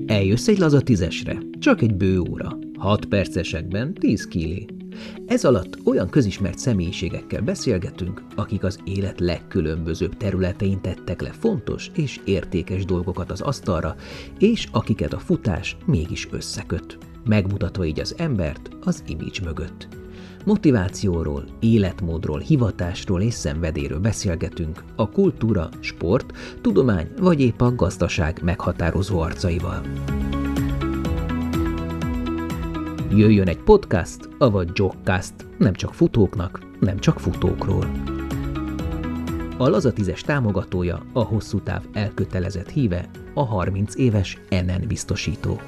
Eljössz egy laza 10-esre, csak egy bő óra. 6 percesekben 10 kilé. Ez alatt olyan közismert személyiségekkel beszélgetünk, akik az élet legkülönbözőbb területein tettek le fontos és értékes dolgokat az asztalra, és akiket a futás mégis összeköt, megmutatva így az embert az image mögött. Motivációról, életmódról, hivatásról és szenvedélyről beszélgetünk a kultúra, sport, tudomány vagy épp a gazdaság meghatározó arcaival. Jöjjön egy podcast, avagy jogcast, nem csak futóknak, nem csak futókról. A Laza 10-es támogatója, a hosszú táv elkötelezett híve, a 30 éves NN biztosító.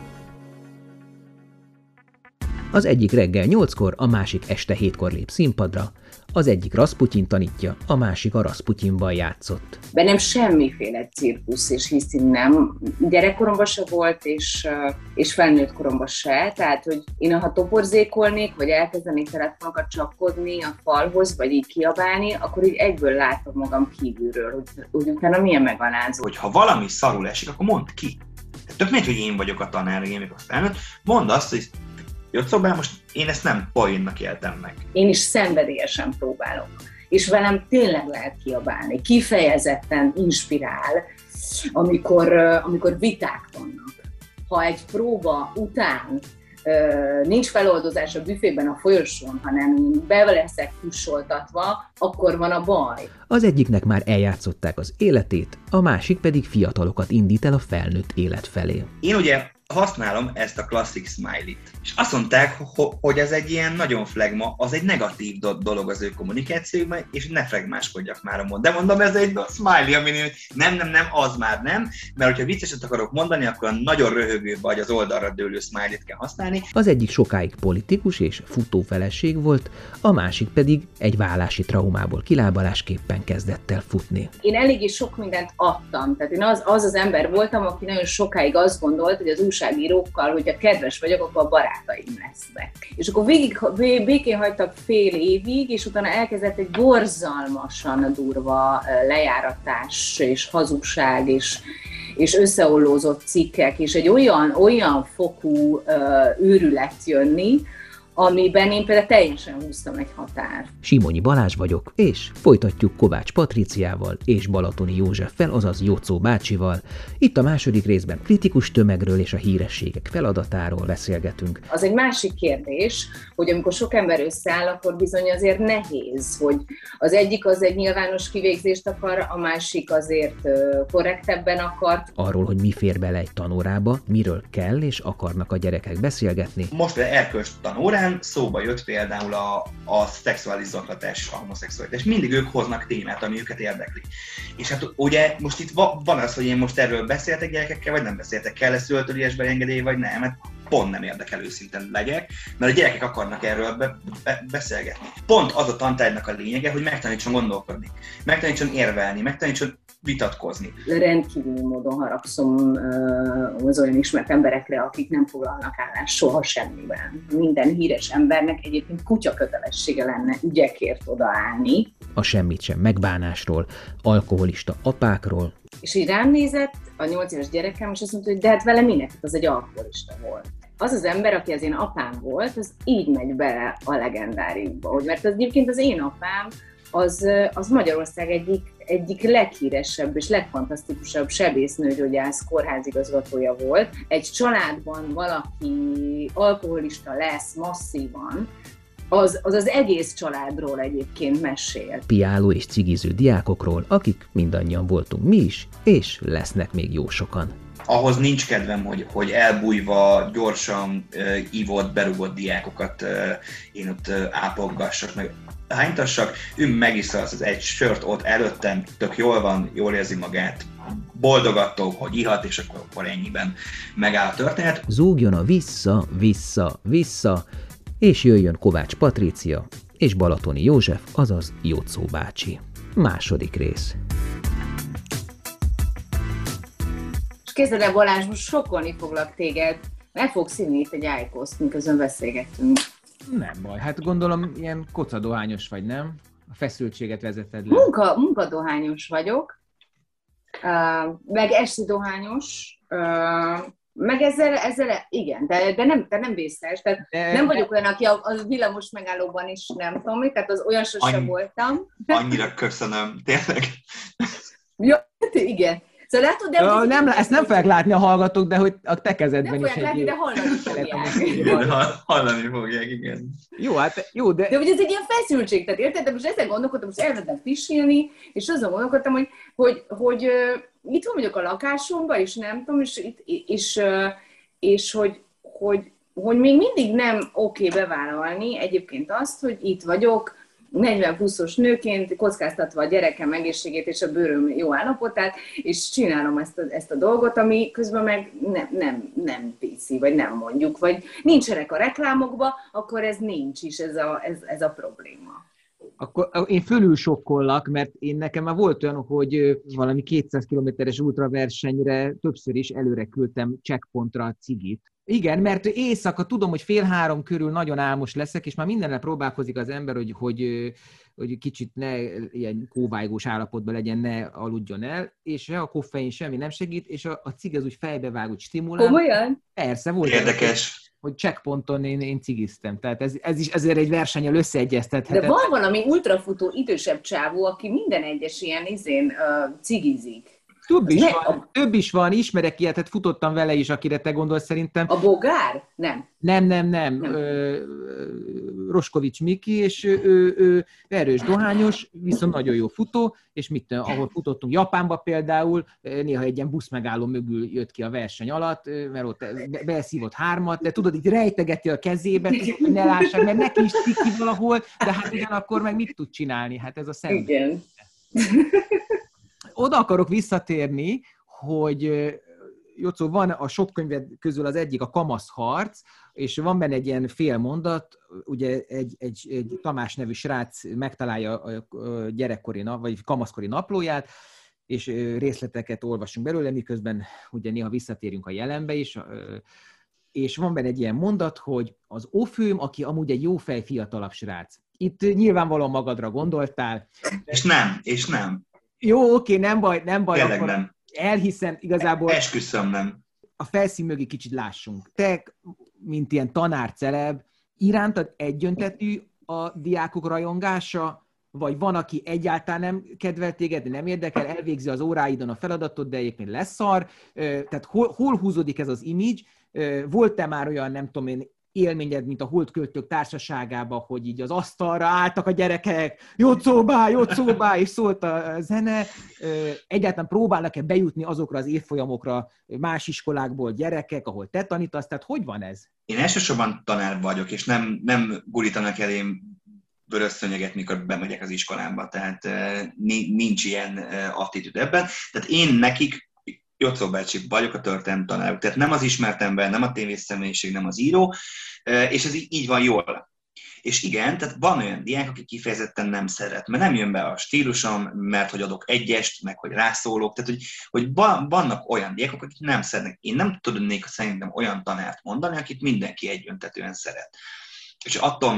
Az egyik reggel 8-kor, a másik este 7-kor lép színpadra, az egyik Rasputin tanítja, a másik a Rasputinban játszott. Bennem semmiféle cirkusz és hisztin nem. Gyerekkoromban se volt, és felnőtt koromban se. Tehát, hogy én ha toporzékolnék, vagy elkezdenék telefonokat csapkodni a falhoz, vagy így kiabálni, akkor így egyből látom magam kívülről, hogy utána milyen megalázó. Hogyha valami szarul esik, akkor mondd ki. Tök mindegy, hogy én vagyok a tanár, én vagyok a felnőtt, mondd azt, hogy Jocóbá, most én ezt nem poénnak éltem meg. Én is szenvedélyesen próbálok, és velem tényleg lehet kiabálni, kifejezetten inspirál, amikor viták vannak. Ha egy próba után nincs feloldozás a büfében a folyosón, hanem be leszek kussoltatva, akkor van a baj. Az egyiknek már eljátszották az életét, a másik pedig fiatalokat indít el a felnőtt élet felé. Én ugye használom ezt a classic smiley-t. És azt mondták, hogy ez egy ilyen nagyon flegma, az egy negatív dolog az ő kommunikációkban, és ne flegmáskodjak már a mond. De mondom, ez egy smiley, ami nem, az már nem, mert hogyha vicceset akarok mondani, akkor a nagyon röhögő vagy az oldalra dőlő smiley-t kell használni. Az egyik sokáig politikus és futófeleség volt, a másik pedig egy vállási traumából kilábalásképpen kezdett el futni. Én eléggé sok mindent adtam, tehát én az ember voltam, aki nagyon sokáig azt gondolt, hogy az újságírókkal, hogyha kedves vagyok, akkor a barátaim lesznek. És akkor békén hagytak fél évig, és utána elkezdett egy borzalmasan durva lejáratás és hazugság, és összeollózott cikkek, és egy olyan fokú őrület jönni, amiben én például teljesen húztam egy határt. Simonyi Balázs vagyok, és folytatjuk Kovács Patriciával és Balatoni Józseffel, azaz Jocó bácsival. Itt a második részben kritikus tömegről és a hírességek feladatáról beszélgetünk. Az egy másik kérdés, hogy amikor sok ember összeáll, akkor bizony azért nehéz, hogy az egyik az egy nyilvános kivégzést akar, a másik azért korrektebben akart. Arról, hogy mi fér bele egy tanórába, miről kell és akarnak a gyerekek beszélgetni. Most erkölcs tanórán szóba jött például a szexuális zaklatás, a homoszexualitás. Mindig ők hoznak témát, ami őket érdekli. És hát ugye most itt van az, hogy én most erről beszéltek gyerekekkel, vagy nem beszéltek, kell ez szülőtőliesbeli engedély, vagy nem, hát pont nem érdekel, őszintén legyek, mert a gyerekek akarnak erről beszélgetni. Pont az a tantárgynak a lényege, hogy megtanítson gondolkodni, megtanítson érvelni, megtanítson vitatkozni. Rendkívül módon haragszom az olyan ismert emberekre, akik nem foglalnak állást soha semmiben. Minden híres embernek egyébként kutya kötelessége lenne ügyekért odaállni. A semmit sem megbánásról, alkoholista apákról. És így rám nézett a 8 éves gyerekem, és azt mondta, hogy de hát vele minek, az egy alkoholista volt. Az az ember, aki az én apám volt, az így megy bele a legendáriumba. Mert az egyébként az én apám, az Magyarország egyik leghíresebb és legfantasztikusabb sebésznőgyógyász kórházigazgatója volt. Egy családban valaki alkoholista lesz masszívan, az egész családról egyébként mesél. Piáló és cigiző diákokról, akik mindannyian voltunk mi is, és lesznek még jó sokan. Ahhoz nincs kedvem, hogy elbújva, gyorsan ívott, berugott diákokat én ott ápolgassak, meg hánytassak. Ő megissza az egy sört ott előttem, tök jól van, jól érzi magát, boldogattó, hogy ihat, és akkor ennyiben megáll a történet. Zúgjon a vissza, és jöjjön Kovács Patricia és Balatoni József, azaz Jocó bácsi. Második rész. És képzeld el, Balázs, most sokkolni foglak téged. Meg fogsz inni itt egy ájkoszt, miközben beszélgettünk. Nem baj, hát gondolom ilyen kocadohányos vagy, nem? A feszültséget vezeted le. Munkadohányos vagyok, meg esti dohányos, Meg ezzel igen, de nem vészes. Tehát nem vagyok olyan, aki a villamos megállóban is nem tudom mi, tehát az olyan sosem voltam. Annyira köszönöm, tényleg. Ja, igen. Szóval látod, de... Ezt nem fogják látni a hallgatók, de hogy a te kezedben nem is fogják látni, de hallani fogják, igen. Jó, de... De hogy ez egy ilyen feszültség, tehát érted? De most ezen gondolkodtam, most elmentem pisilni, és azon gondolkodtam, hogy itt vagyok a lakásomban, és nem tudom, és hogy még mindig nem oké bevállalni egyébként azt, hogy itt vagyok, 40 pluszos nőként, kockáztatva a gyerekem egészségét és a bőröm jó állapotát, és csinálom ezt a dolgot, ami közben meg nem PC, vagy nem mondjuk, vagy nincsenek a reklámokba, akkor ez nincs is, ez a probléma. Akkor én fölül sokkollak, mert nekem már volt olyan, hogy valami 200 kilométeres ultraversenyre többször is előre küldtem checkpointra a cigit. Igen, mert éjszaka tudom, hogy 2:30 körül nagyon álmos leszek, és már mindennel próbálkozik az ember, hogy kicsit ne ilyen kóvájgós állapotban legyen, ne aludjon el, és a koffein semmi nem segít, és a cig az úgy fejbevág, úgy stimulál. Komolyan? Persze, volt. Érdekes. Hogy checkpointon én cigiztem. Tehát ez is ezért egy versennyel összeegyeztethető. De van valami ultrafutó idősebb csávó, aki minden egyes ilyen cigizik. Több is van, ismerek ilyet, tehát futottam vele is, akire te gondolsz szerintem. A Bogár? Nem. Nem. Roskovics Miki, és ő erős dohányos, viszont nagyon jó futó, és ahol futottunk Japánba például, néha egy ilyen buszmegálló mögül jött ki a verseny alatt, mert ott beleszívott 3, de tudod, így rejtegeti a kezébe, hogy ne lássák, mert neki is ciki valahol, de hát ugyanakkor meg mit tud csinálni? Hát ez a szemben. Igen. Oda akarok visszatérni, hogy Jocó, van a sok könyved közül az egyik a Kamaszharc, és van benne egy ilyen fél mondat, ugye egy Tamás nevű srác megtalálja a gyerekkori vagy kamaszkori naplóját, és részleteket olvasunk belőle, miközben ugye néha visszatérünk a jelenbe is, és van benne egy ilyen mondat, hogy az Ofőm, aki amúgy egy jófej fiatalabb srác. Itt nyilvánvalóan magadra gondoltál. És nem. Jó, oké, nem baj. Tényleg akkor nem. Elhiszem, igazából... Esküszöm, nem. A felszín mögé kicsit lássunk. Te, mint ilyen tanárceleb, irántad egyöntetű a diákok rajongása, vagy van, aki egyáltalán nem kedvel téged, nem érdekel, elvégzi az óráidon a feladatot, de egyébként leszar. Tehát hol húzódik ez az image? Volt-e már olyan, nem tudom én, élményed, mint a Holdköltők társaságában, hogy így az asztalra álltak a gyerekek, Jocóbá, és szólt a zene. Egyáltalán próbálnak-e bejutni azokra az évfolyamokra más iskolákból gyerekek, ahol te tanítasz? Tehát hogy van ez? Én elsősorban tanár vagyok, és nem gurítanak elém vörös szönyeget, mikor bemegyek az iskolába. Tehát nincs ilyen attitűd ebben. Tehát én nekik Jocó bácsi vagyok, a történelmi tanárok. Tehát nem az ismert ember, nem a tévészemélyiség, nem az író, és ez így van jól. És igen, tehát van olyan diák, aki kifejezetten nem szeret, mert nem jön be a stílusom, mert hogy adok egyest, meg hogy rászólok, tehát hogy vannak olyan diákok, akik nem szeretnek. Én nem tudnék szerintem olyan tanárt mondani, akit mindenki egyöntetően szeret. És attól,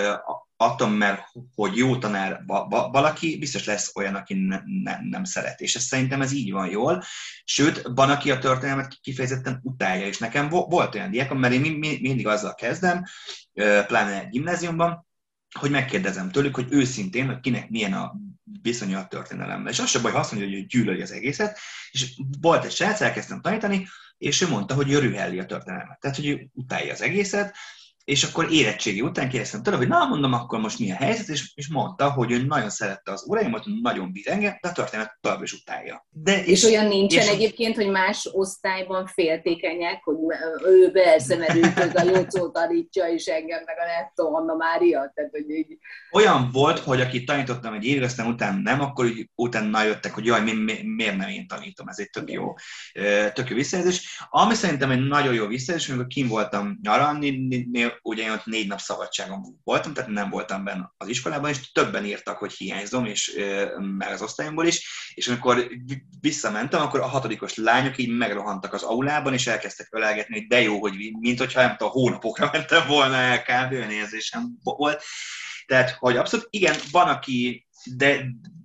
mert hogy jó tanár valaki, biztos lesz olyan, aki nem szeret. És szerintem ez így van jól. Sőt, van, aki a történelmet kifejezetten utálja. És nekem volt olyan diákom, mert én mindig azzal kezdem, pláne egy gimnáziumban, hogy megkérdezem tőlük, hogy őszintén, hogy kinek milyen a viszonya a történelemmel. És az sem baj, ha azt mondja, hogy gyűlöli az egészet. És volt egy srác, elkezdtem tanítani, és ő mondta, hogy ő rühelli a történelmet. Tehát, hogy ő utálja az egészet. És akkor érettségi után kérdeztem tőle, hogy na, mondom, akkor most mi a helyzet, és mondta, hogy ő nagyon szerette az óráimat, nagyon bíz engem, de a történet tovább is utálja. És olyan nincsen egyébként, hogy más osztályban féltékenyek, hogy ő beelszemerült, a Jocó tanítja, és engem meg a Netto Anna Mária. Tehát, hogy így... Olyan volt, hogy aki tanítottam egy évig, aztán után nem, akkor úgy utána jöttek, hogy jaj, miért nem én tanítom, ez egy tök jó visszajelzés. Ami szerintem egy nagyon jó visszajelzés, amikor kim voltam nyaralni, ugye én ott 4 nap szabadságon voltam, tehát nem voltam benne az iskolában, és többen írtak, hogy hiányzom, és meg az osztályomból is, és amikor visszamentem, akkor a 6-os lányok így megrohantak az aulában, és elkezdtek ölelgetni, hogy de jó, hogy mint hogyha nem tudom, hónapokra mentem volna el, kb. Olyan érzésem volt. Tehát, hogy abszolút, igen, van, aki,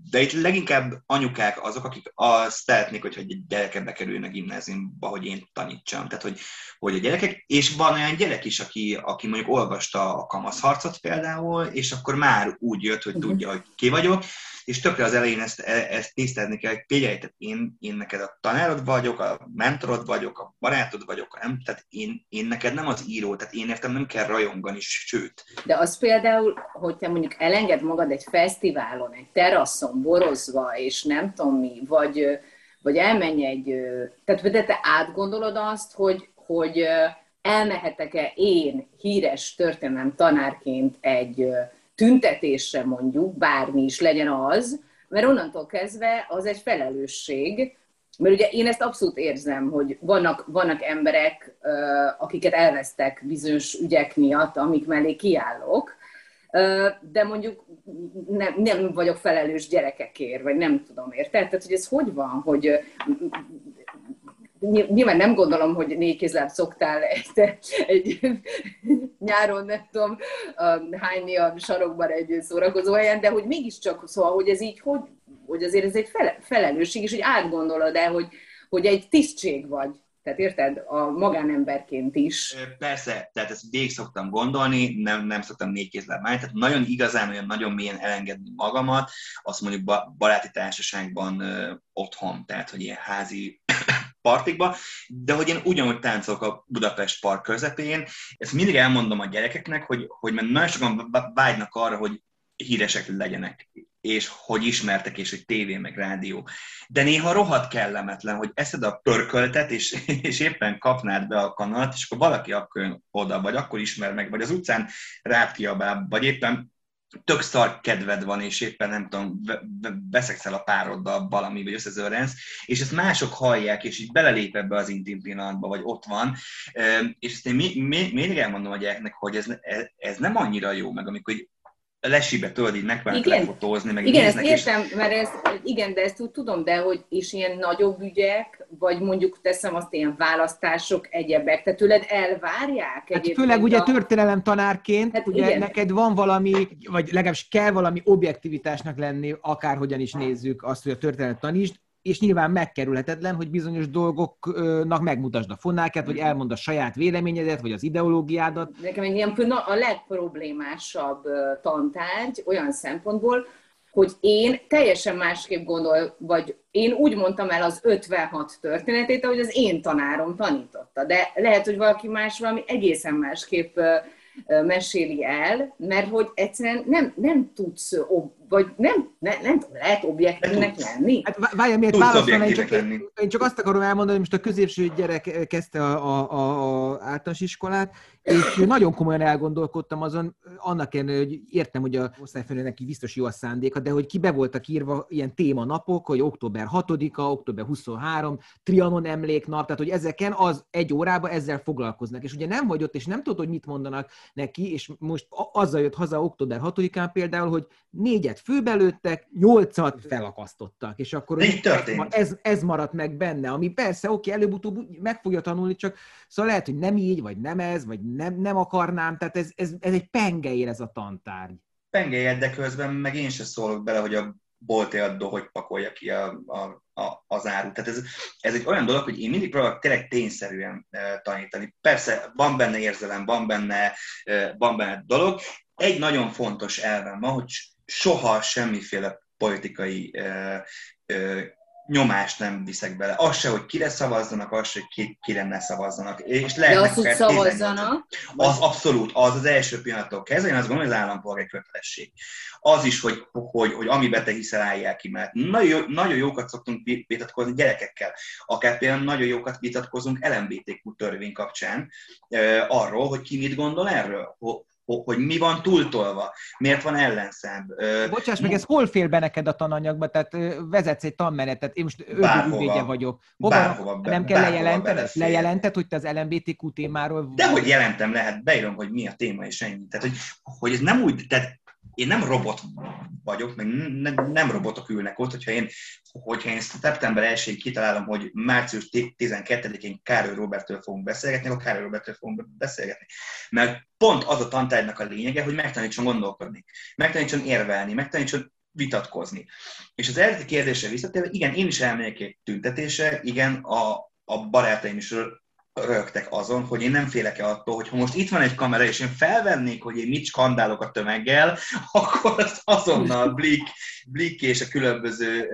De itt leginkább anyukák azok, akik azt szeretnék, hogy egy gyereke bekerülne gimnáziumba, hogy én tanítsam. Tehát, hogy a gyerekek, és van olyan gyerek is, aki mondjuk olvasta a kamaszharcot például, és akkor már úgy jött, hogy tudja, hogy ki vagyok, és tökre az elején ezt tisztázni kell, hogy figyelj, tehát én neked a tanárod vagyok, a mentorod vagyok, a barátod vagyok, nem? Tehát én neked nem az író, tehát én értem nem kell rajongani, sőt. De az például, hogy te mondjuk elenged magad egy fesztiválon, egy teraszon, borozva, és nem tudom mi, vagy elmenj egy... Tehát te átgondolod azt, hogy elmehetek-e én híres történelem tanárként egy tüntetésre mondjuk, bármi is legyen az, mert onnantól kezdve az egy felelősség, mert ugye én ezt abszolút érzem, hogy vannak emberek, akiket elvesztek bizonyos ügyek miatt, amik mellé kiállok, de mondjuk nem vagyok felelős gyerekekért, vagy nem tudom, érted? Tehát, hogy ez hogy van, hogy nyilván nem gondolom, hogy négykézláb szoktál egy nyáron, nem tudom, hányni a sarokban egy szórakozó helyen, de hogy mégiscsak, szóval, hogy ez így, hogy azért ez egy felelősség, és hogy átgondolod-e, hogy egy tisztség vagy. Tehát érted? A magánemberként is. Persze, tehát ezt végig szoktam gondolni, nem szoktam négykézláb állni, tehát nagyon igazán, olyan nagyon mélyen elengedni magamat, azt mondjuk baráti társaságban otthon, tehát hogy ilyen házi partikba, de hogy én ugyanúgy táncolok a Budapest Park közepén. Ezt mindig elmondom a gyerekeknek, hogy mert nagyon sokan vágynak arra, hogy híresek legyenek, és hogy ismertek, és hogy tévé, meg rádió. De néha rohadt kellemetlen, hogy eszed a pörköltet, és éppen kapnád be a kanalat, és akkor valaki akkor jön oda, vagy akkor ismer meg, vagy az utcán rád kiabál, vagy éppen tök szar kedved van, és éppen nem tudom, veszekszel a pároddal valami, vagy összezörrensz, és ezt mások hallják, és így belelép ebbe az intim pillanatba, vagy ott van, és ezt én mindig elmondom a gyereknek, hogy ez nem annyira jó, meg amikor lesibe tudod így megpróbálni lefotózni, meg igen, néznek, ezt értem, mert igen, de ezt úgy tudom, de hogy is ilyen nagyobb ügyek, vagy mondjuk teszem azt ilyen választások, egyebek, tehát tőled elvárják? Hát főleg ugye történelem tanárként, hát ugye igen. Neked van valami, vagy legalábbis kell valami objektivitásnak lenni, akárhogyan is nézzük azt, hogy a történelem tanítsd, és nyilván megkerülhetetlen, hogy bizonyos dolgoknak megmutasd a fonákát, vagy elmondd a saját véleményedet, vagy az ideológiádat. Nekem egy ilyen a legproblémásabb tantárgy olyan szempontból, hogy én teljesen másképp vagy én úgy mondtam el az 56 történetét, ahogy az én tanárom tanította. De lehet, hogy valaki más valami egészen másképp meséli el, mert hogy egyszerűen nem tudsz, vagy nem lehet objektívnek lenni. Hát várjál, miért válaszolni, én csak azt akarom elmondani, hogy most a középső gyerek kezdte a általános iskolát, és nagyon komolyan elgondolkodtam azon, annak ellenére, hogy értem, hogy a osztályfőnöknek biztos jó a szándéka, de hogy ki be voltak írva ilyen témanapok, hogy október 6-a, október 23, Trianon emléknap, tehát hogy ezeken az egy órában ezzel foglalkoznak. És ugye nem vagy ott, és nem tudod, hogy mit mondanak neki, és most azzal jött haza október 6-án például, hogy 4 főbelőttek, 8 felakasztottak, és akkor ez maradt meg benne, ami persze, oké, előbb-utóbb meg fogja tanulni, csak szóval lehet, hogy nem így, vagy nem ez, vagy nem akarnám, tehát ez egy pengeér ez a tantárgy. Pengeér, de közben meg én sem szólok bele, hogy a bolti addó, hogy pakolja ki az árut. Tehát ez egy olyan dolog, hogy én mindig próbálok tényleg tényszerűen tanítani. Persze van benne érzelem, van benne dolog. Egy nagyon fontos elvem van, hogy soha semmiféle politikai nyomást nem viszek bele. Az se, hogy kire szavazzanak, az se, hogy kire ne szavazzanak. És de az, hogy szavazzanak? Az abszolút, az első pillanattól kezdve, én azt gondolom, hogy az állampolgári kötelesség. Az is, hogy amiben te hiszel, álljál ki, mert nagyon jókat szoktunk vitatkozni gyerekekkel. Akár például nagyon jókat vitatkozunk LMBTQ törvény kapcsán arról, hogy ki mit gondol erről, hogy mi van túltolva, miért van ellenszám. Bocsáss meg, ez hol fél be neked a tananyagba? Tehát vezetsz egy tanmenetet, én most ügyvédje vagyok. Nem kell lejelentened? Lejelented, hogy te az LMBTQ témáról... Dehogy jelentem, lehet, beírom, hogy mi a téma és ennyi. Tehát, hogy ez nem úgy... Tehát én nem robot vagyok, meg nem robotok ülnek ott, hogyha én szeptember 1-én kitalálom, hogy március 12-én Károly Róbertről fogunk beszélgetni, akkor Károly Róbertről fogunk beszélgetni. Mert pont az a tantárgynak a lényege, hogy megtanítson gondolkodni, megtanítson érvelni, megtanítson vitatkozni. És az eredeti kérdésre visszatérve, igen, én is elmegyek egy tüntetésre, igen, a barátaim is röhögtek azon, hogy én nem félek attól, hogy ha most itt van egy kamera, és én felvennék, hogy én mit skandálok a tömeggel, akkor azt azonnal Blick és a különböző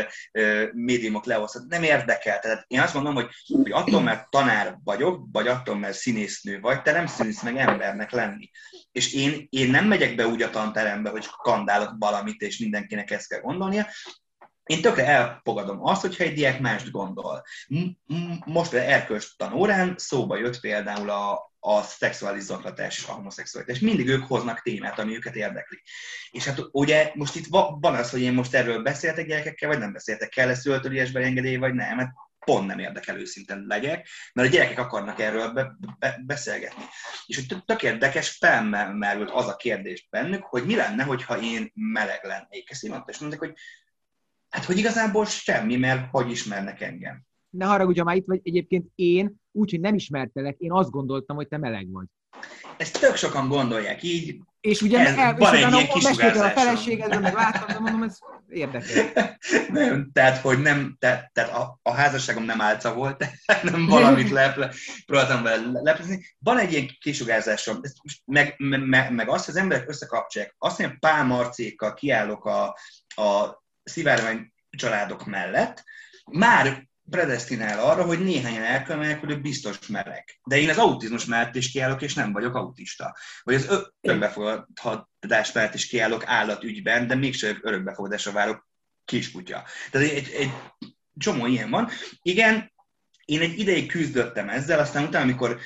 médiumok lehozhat. Nem érdekel. Tehát én azt mondom, hogy attól, mert tanár vagyok, vagy attól, mert színésznő vagy, te nem szűnsz meg embernek lenni. És én nem megyek be úgy a tanterembe, hogy skandálok valamit, és mindenkinek ezt kell gondolnia. Én tökre elfogadom azt, hogyha egy diák mást gondol. Most például erkölcstan órán szóba jött például a szexuális zaklatás, a homoszexualitás. Mindig ők hoznak témát, ami őket érdekli. És hát ugye most itt van az, hogy én most erről beszéltek gyerekekkel, vagy nem beszéltek, kell-e öltöriesben engedély, vagy nem, hát pont nem érdekel őszintén legyek, mert a gyerekek akarnak erről beszélgetni. És hogy tök érdekes, felmerült az a kérdés bennük, hogy mi lenne, hogyha én meleg lennék. Ezt én mondtam, és mondták, hogy hát, hogy igazából semmi, mert hogy ismernek engem. Ne haragudj, ha már itt vagy, egyébként én, úgyhogy nem ismertelek, én azt gondoltam, hogy te meleg vagy. Ezt tök sokan gondolják így. És ugye van egy ilyen kisugárzásom. A feleségedről, meg láttam, de mondom, ez érdekel. Nem, tehát, hogy nem, tehát a házasságom nem álca volt, nem valamit próbáltam vele leplezni. Van egy ilyen kisugárzásom, meg azt, hogy az emberek összekapcsolják. Azt mondja, Pál Marcékkal kiállok a szivárvány családok mellett, már predesztinál arra, hogy néhányan elkövenek, hogy ő biztos meleg. De én az autizmus mellett is kiállok, és nem vagyok autista. Vagy az örökbefogadás mellett is kiállok állatügyben, de mégsem örökbefogadásra várok kiskutya. Tehát egy csomó ilyen van. Igen, én egy ideig küzdöttem ezzel, aztán utána,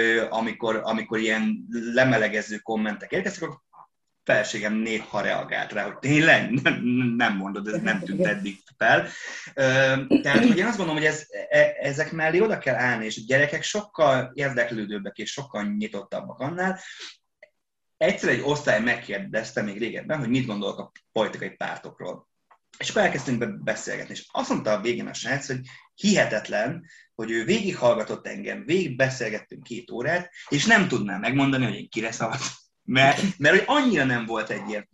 amikor ilyen lemelegező kommentek érkeztek, akkor feleségem néha reagált rá, hogy tényleg nem mondod, ez nem tűnt eddig fel. Tehát, hogy én azt gondolom, hogy ezek mellé oda kell állni, és a gyerekek sokkal érdeklődőbbek és sokkal nyitottabbak annál. Egyszer egy osztály megkérdezte még régebben, hogy mit gondolok a politikai pártokról. És akkor elkezdtünk beszélgetni, és azt mondta a végén a srác, hogy hihetetlen, hogy ő végighallgatott engem, végig beszélgettünk 2 órát, és nem tudná megmondani, hogy én kire szavazom. Mert hogy annyira nem volt egyért,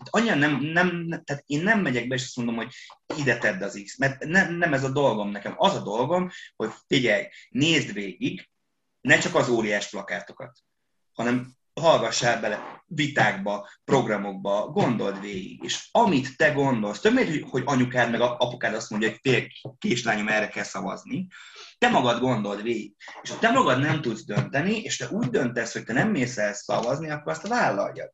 tehát én nem megyek be, és azt mondom, hogy ide tedd az X, mert nem ez a dolgom nekem. Az a dolgom, hogy figyelj, nézd végig, ne csak az óriás plakátokat, hanem hallgassál bele vitákba, programokba, gondold végig, és amit te gondolsz, többé, hogy anyukád meg apukád azt mondja, hogy fél kislányom, erre kell szavazni, te magad gondold végig. És ha te magad nem tudsz dönteni, és te úgy döntesz, hogy te nem mész el szavazni, akkor azt vállaljad.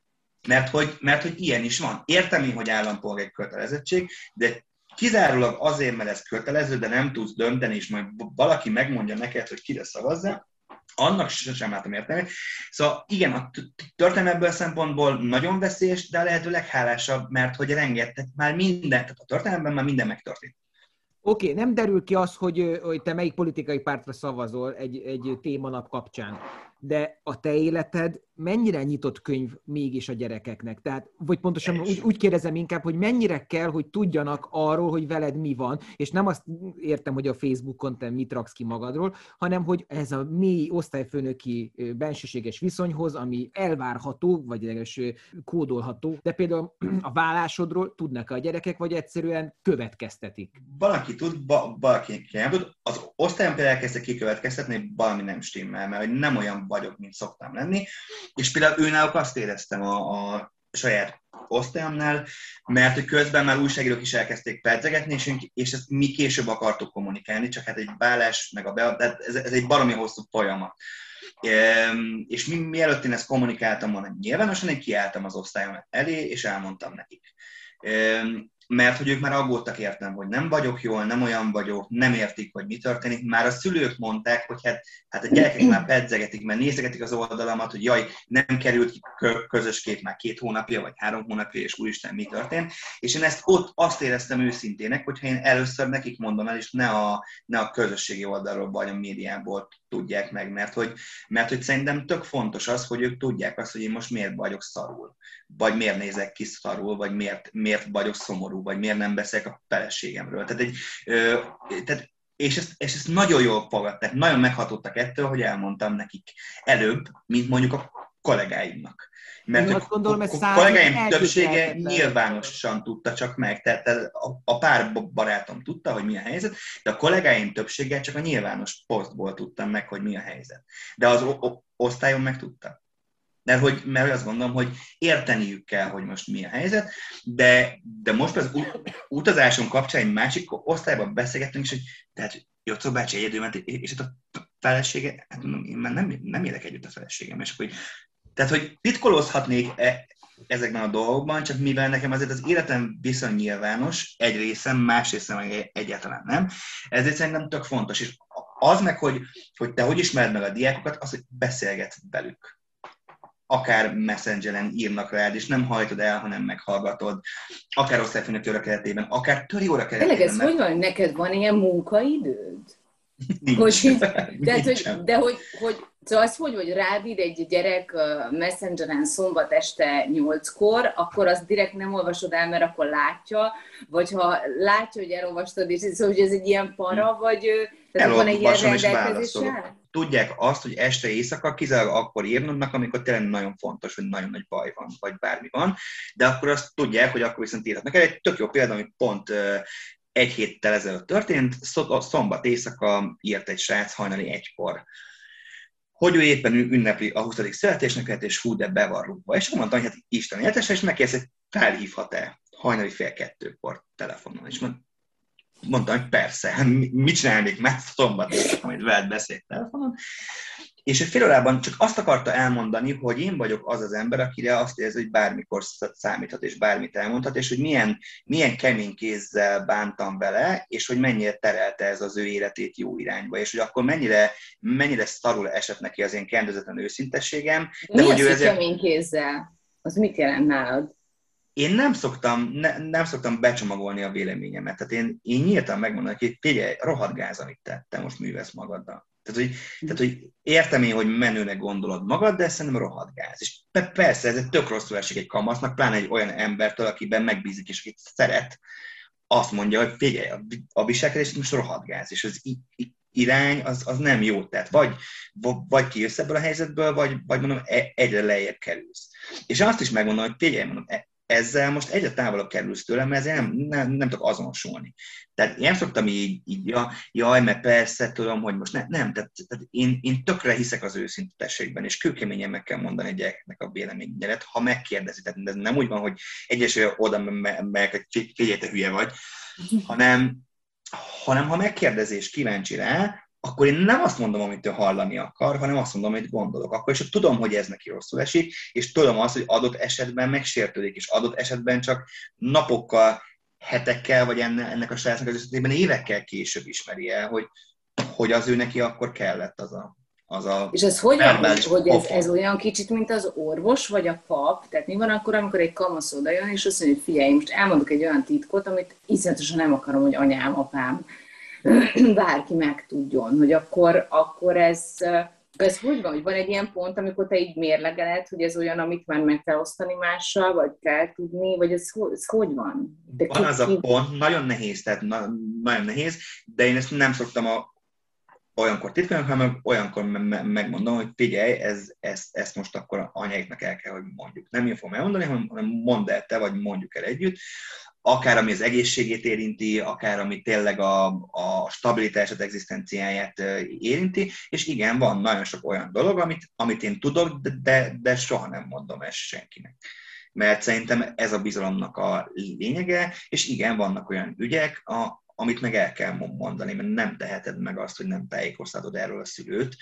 Mert hogy ilyen is van. Értem én, hogy állampolgári kötelezettség, de kizárólag azért, mert ez kötelező, de nem tudsz dönteni, és majd valaki megmondja neked, hogy kire szavazzál, annak sem látom értelmét. Szóval igen, a történelem ebből a szempontból nagyon veszélyes, de a lehető leghálásabb, mert hogy rengeteg már minden, tehát a történelemben már minden megtörtént. Oké, nem derül ki az, hogy te melyik politikai pártra szavazol egy témanap kapcsán, de a te életed mennyire nyitott könyv mégis a gyerekeknek? Tehát, vagy pontosan úgy kérdezem inkább, hogy mennyire kell, hogy tudjanak arról, hogy veled mi van, és nem azt értem, hogy a Facebookon te mit raksz ki magadról, hanem hogy ez a mély osztályfőnöki bensőséges viszonyhoz, ami elvárható, vagy legalábbis kódolható, de például a vállásodról tudnak a gyerekek, vagy egyszerűen következtetik? Valaki tud, valaki nem tud. Az osztályon például elkezdte kikövetkeztetni, hogy valami nem stimmel, mert hogy nem olyan vagyok, mint szoktam lenni. És például őnáluk azt éreztem a saját osztályomnál, mert hogy közben már újságírók is elkezdték pedzegetni, és ezt mi később akartuk kommunikálni, csak hát egy vállás, meg ez egy baromi hosszú folyamat. És mielőtt én ezt kommunikáltam volna nyilvánosan, én kiálltam az osztályom elé, és elmondtam nekik. Mert hogy ők már aggódtak értem, hogy nem vagyok jól, nem olyan vagyok, nem értik, hogy mi történik. Már a szülők mondták, hogy hát a gyerekek már pedzegetik, mert nézegetik az oldalamat, hogy jaj, nem került ki közös kép már 2 hónapja, vagy 3 hónapja, és úristen, mi történt. És én ezt ott azt éreztem őszintének, hogyha én először nekik mondom el, és ne a közösségi oldalról, vagy a médiából tudják meg, mert hogy szerintem tök fontos az, hogy ők tudják azt, hogy én most miért vagyok szarul, vagy miért nézek ki szarul, vagy miért vagyok szomorú, vagy miért nem beszélek a feleségemről. És ezt nagyon jól fogadták, nagyon meghatottak ettől, hogy elmondtam nekik előbb, mint mondjuk a kollégáimnak. Mert én azt gondolom, ez kollégáim többsége nyilvánosan tudta csak meg, tehát a pár barátom tudta, hogy mi a helyzet, de a kollégáim többsége csak a nyilvános posztból tudtam meg, hogy mi a helyzet. De az osztályon meg tudta. Mert azt gondolom, hogy érteniük kell, hogy most mi a helyzet, de most az utazáson kapcsán egy másik osztályban beszélgettünk, és hogy tehát Jocó bácsi egyedül ment, és hát a felesége, hát én már nem élek együtt a feleségem, és akkor tehát, hogy titkolózhatnék ezekben a dolgokban, csak mivel nekem azért az életem viszony nyilvános, egy részem, más részem egyáltalán nem, ezért szerintem tök fontos. És az meg, hogy te hogy ismered meg a diákokat, az, hogy beszélgetsz velük. Akár Messengeren írnak rád, és nem hajtod el, hanem meghallgatod, akár osztályfőnöki óra keretében, akár töri óra keretében. Tényleg ez hogy van, neked van ilyen munkaidőd? Nincs. Szóval az hogy rád ír egy gyerek Messengeren szombat este 8-kor, akkor azt direkt nem olvasod el, mert akkor látja, vagy ha látja, hogy elolvastad, és szóval, hogy ez egy ilyen para, vagy van egy ilyen rendelkezéssel? Tudják azt, hogy este éjszaka kizárólag akkor írnak, amikor tényleg nagyon fontos, hogy nagyon nagy baj van, vagy bármi van, de akkor azt tudják, hogy akkor viszont írhatnak el. Egy tök jó példa, ami pont egy héttel ezelőtt történt, szombat éjszaka írt egy srác hajnali 1-kor, hogy ő éppen ünnepli a 20. születésnapját, és hú, de be van rúgva. És mondta, hogy hát Isten éltesse, és megkérdezte, hogy felhívhat-e hajnali 1:30 telefonon. És mondtam, hogy persze, mit csinálnék már szombat éjszaka, majd veled beszélt telefonon. És egy fél órában csak azt akarta elmondani, hogy én vagyok az az ember, akire azt érzi, hogy bármikor számíthat, és bármit elmondhat, és hogy milyen kemény kézzel bántam vele, és hogy mennyire terelte ez az ő életét jó irányba, és hogy akkor mennyire szarul esett neki az én kendőzetlen őszintességem. Mi az, hogy kemény kézzel? Az mit jelent nálad? Én nem szoktam becsomagolni a véleményemet. Tehát én nyíltan megmondom, hogy figyelj, rohadt gáz, amit te most művelsz magaddal. Tehát, hogy értem én, hogy menőnek gondolod magad, de szerintem rohadt gáz. És persze, ez egy tök rosszul esik egy kamasznak, pláne egy olyan embertől, akiben megbízik és akit szeret, azt mondja, hogy figyelj, a viselkedés most rohadt gáz, és az irány az nem jó. Tehát vagy kijössz ebből a helyzetből, vagy mondom, egyre lejjebb kerülsz. És azt is megmondom, hogy figyelj, mondom, ezzel most egyre távolabb kerülsz tőlem, mert ezzel nem tudok azonosulni. Tehát én szoktam így jaj, mert persze tudom, hogy most nem. Tehát én tökre hiszek az őszintességben, és kőkeményen meg kell mondani egy gyereknek a véleményedet, ha megkérdezi. Tehát ez nem úgy van, hogy egyesével oda megyek, hogy figyelj, te hülye vagy, hanem ha megkérdezi és kíváncsi rá, akkor én nem azt mondom, amit ő hallani akar, hanem azt mondom, amit gondolok. Akkor is tudom, hogy ez neki rosszul esik, és tudom azt, hogy adott esetben megsértődik, és adott esetben csak napokkal, hetekkel, vagy ennek a srácnak az esetében évekkel később ismeri el, hogy az ő neki akkor kellett az a és ez hogy ez olyan kicsit, mint az orvos, vagy a pap? Tehát mi van akkor, amikor egy kamasz oda jön, és azt mondja, hogy figyelj, most elmondok egy olyan titkot, amit iszonyatosan nem akarom, hogy anyám, apám, bárki megtudjon, hogy akkor ez hogy van, hogy van egy ilyen pont, amikor te így mérlegeled, hogy ez olyan, amit már meg kell osztani mással, vagy kell tudni, vagy ez hogy van? Van az a pont, nagyon nehéz, tehát nagyon nehéz, de én ezt nem szoktam olyankor titkolni, hanem olyankor megmondom, hogy figyelj, ezt most akkor anyáiknak el kell, hogy mondjuk. Nem én fogom elmondani, hanem mondd el te, vagy mondjuk el együtt. Akár ami az egészségét érinti, akár ami tényleg a stabilitását, egzisztenciáját érinti, és igen, van nagyon sok olyan dolog, amit én tudok, de soha nem mondom ezt senkinek. Mert szerintem ez a bizalomnak a lényege, és igen, vannak olyan ügyek, amit meg el kell mondani, mert nem teheted meg azt, hogy nem tájékoztatod erről a szülőt,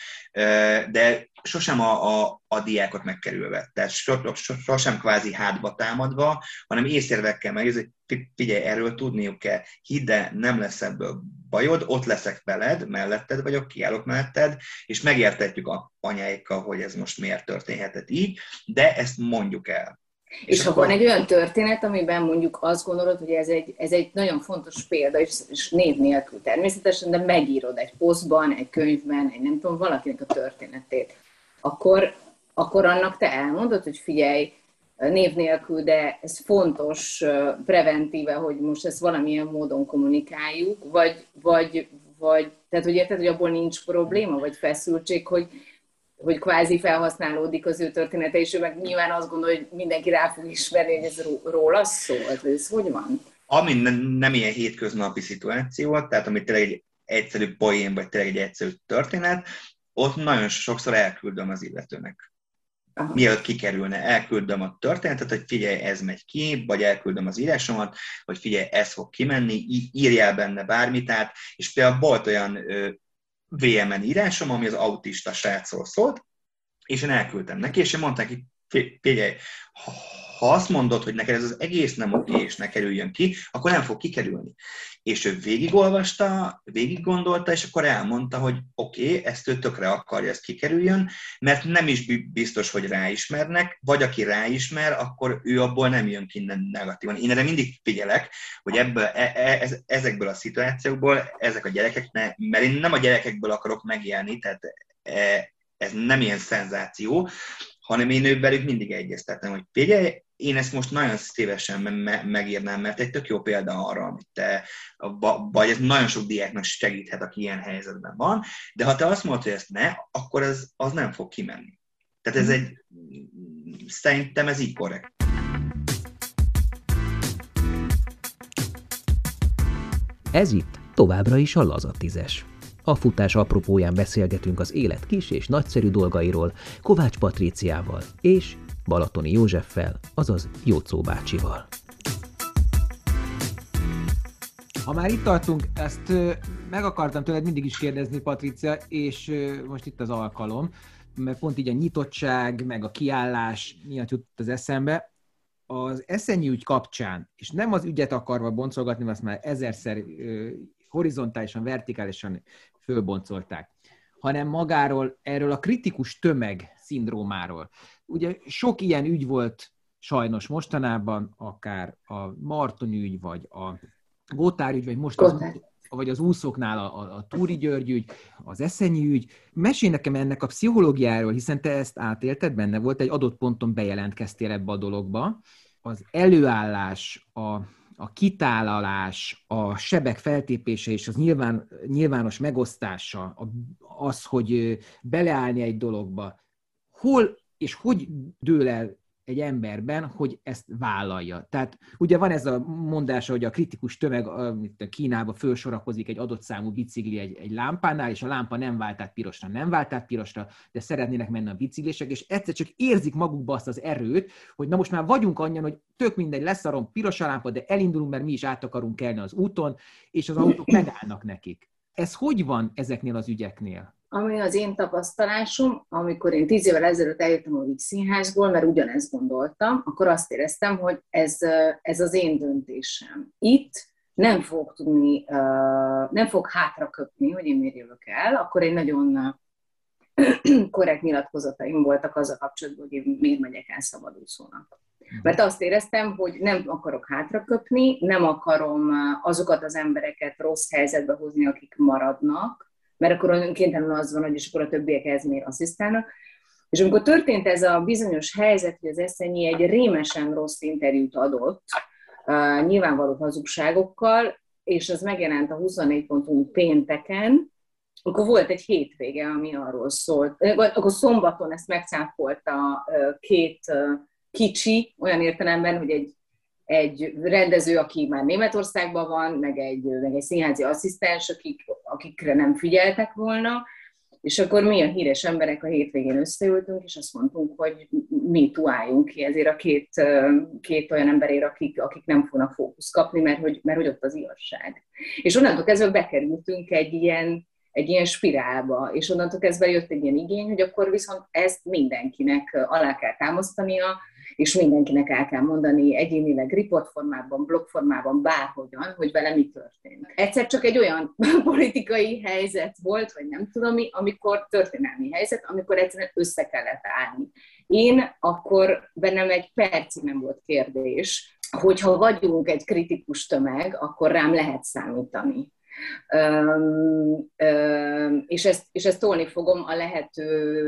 de sosem a diákot megkerülve, tehát sosem kvázi hátba támadva, hanem észérvekkel meggyőzni, hogy figyelj, erről tudniuk kell, hidd el, nem lesz ebből bajod, ott leszek veled, melletted vagyok, kiállok melletted, és megértetjük a anyáikkal, hogy ez most miért történhetett így, de ezt mondjuk el. És ha van egy olyan történet, amiben mondjuk azt gondolod, hogy ez egy nagyon fontos példa, és név nélkül természetesen, de megírod egy posztban, egy könyvben, egy nem tudom, valakinek a történetét, akkor annak te elmondod, hogy figyelj, név nélkül, de ez fontos preventíve, hogy most ezt valamilyen módon kommunikáljuk, vagy tehát, hogy érted, hogy abból nincs probléma, vagy feszültség, hogy hogy kvázi felhasználódik az ő története, és ő meg nyilván azt gondol, hogy mindenki rá fog ismerni, hogy ez róla szólt, vagy ez hogy van? Ami nem ilyen hétköznapi szituáció, tehát ami tényleg egy egyszerű poén, vagy tényleg egy egyszerű történet, ott nagyon sokszor elküldöm az illetőnek. Aha. Mielőtt kikerülne, elküldöm a történetet, hogy figyelj, ez megy ki, vagy elküldöm az írásomat, hogy figyelj, ez fog kimenni, írjál benne bármit át, és például volt olyan VMN írásom, ami az autista srácról szólt, és én elküldtem neki, és én mondtam neki, figyelj, ha azt mondod, hogy neked ez az egész nem oké, és ne kerüljön ki, akkor nem fog kikerülni. És ő végigolvasta, végiggondolta, és akkor elmondta, hogy oké, ezt ő tökre akarja, ezt kikerüljön, mert nem is biztos, hogy ráismernek, vagy aki ráismer, akkor ő abból nem jön ki negatívan. Én erre mindig figyelek, hogy ezekből a szituációkból ezek a gyerekek, mert én nem a gyerekekből akarok megélni, tehát ez nem ilyen szenzáció, hanem én velük mindig egyeztettem, hogy figyelj, én ezt most nagyon szívesen megírnám, mert egy tök jó példa arra, amit te, vagy ez nagyon sok diáknak segíthet, aki ilyen helyzetben van, de ha te azt mondod, hogy ezt ne, akkor az nem fog kimenni. Tehát szerintem ez így korrekt. Ez itt továbbra is a Laza 10-es. A futás apropóján beszélgetünk az élet kis és nagyszerű dolgairól Kovács Patríciával és Balatoni Józseffel, azaz Jóczó bácsival. Ha már itt tartunk, ezt meg akartam tőled mindig is kérdezni, Patrícia, és most itt az alkalom, mert pont így a nyitottság, meg a kiállás miatt jutott az eszembe. Az Eszenyi ügy kapcsán, és nem az ügyet akarva boncolgatni, mert azt már ezerszer horizontálisan, vertikálisan fölboncolták, hanem magáról, erről a kritikus tömeg szindrómáról. Ugye sok ilyen ügy volt sajnos mostanában, akár a Marton ügy, vagy a Gótár ügy, vagy most vagy az úszóknál a Túri György ügy, az Eszenyi ügy. Mesélj nekem ennek a pszichológiáról, hiszen te ezt átélted, benne volt, egy adott ponton bejelentkeztél ebbe a dologba. Az előállás, a kitálalás, a sebek feltépése és az nyilvános megosztása, az, hogy beleállni egy dologba, hol és hogy dől el egy emberben, hogy ezt vállalja. Tehát ugye van ez a mondása, hogy a kritikus tömeg Kínában fölsorakozik egy adott számú bicikli egy lámpánál, és a lámpa nem vált át pirosra, de szeretnének menni a biciklisek, és egyszer csak érzik magukba azt az erőt, hogy na most már vagyunk annyian, hogy tök mindegy, leszarom, piros a lámpa, de elindulunk, mert mi is át akarunk kelni az úton, és az autók megállnak nekik. Ez hogy van ezeknél az ügyeknél? Ami az én tapasztalásom, amikor én 10 évvel ezelőtt eljöttem a Víg Színházból, mert ugyanezt gondoltam, akkor azt éreztem, hogy ez az én döntésem. Itt nem fog hátraköpni, hogy én miért jövök el, akkor egy nagyon korrekt nyilatkozataim voltak azzal kapcsolatban, hogy én miért megyek el szabadúszónak. Mert azt éreztem, hogy nem akarok hátraköpni, nem akarom azokat az embereket rossz helyzetbe hozni, akik maradnak, mert akkor önkéntelenül az van, hogy és akkor a többiek ez miért asszisztálnak. És amikor történt ez a bizonyos helyzet, hogy az Eszenyi egy rémesen rossz interjút adott, nyilvánvaló hazugságokkal, és az megjelent a 24.hu pénteken, akkor volt egy hétvége, ami arról szólt. Akkor szombaton ezt megcáfolta két kicsi, olyan értelemben, hogy egy rendező, aki már Németországban van, meg egy színházi asszisztens, akikre nem figyeltek volna, és akkor mi a híres emberek a hétvégén összeültünk, és azt mondtunk, hogy mi tuáljunk ki ezért a két olyan emberért, akik nem fognak fókusz kapni, mert hogy ott az igazság. És onnantól kezdve bekerültünk egy ilyen spirálba, és onnantól kezdve jött egy ilyen igény, hogy akkor viszont ezt mindenkinek alá kell támasztania, és mindenkinek el kell mondani egyénileg, riportformában, blogformában, bárhogyan, hogy vele mi történt. Egyszer csak egy olyan politikai helyzet volt, vagy nem tudom mi, amikor történelmi helyzet, amikor egyszerűen össze kellett állni. Én akkor bennem egy percig nem volt kérdés, hogyha vagyunk egy kritikus tömeg, akkor rám lehet számítani. És ezt tolni fogom a lehető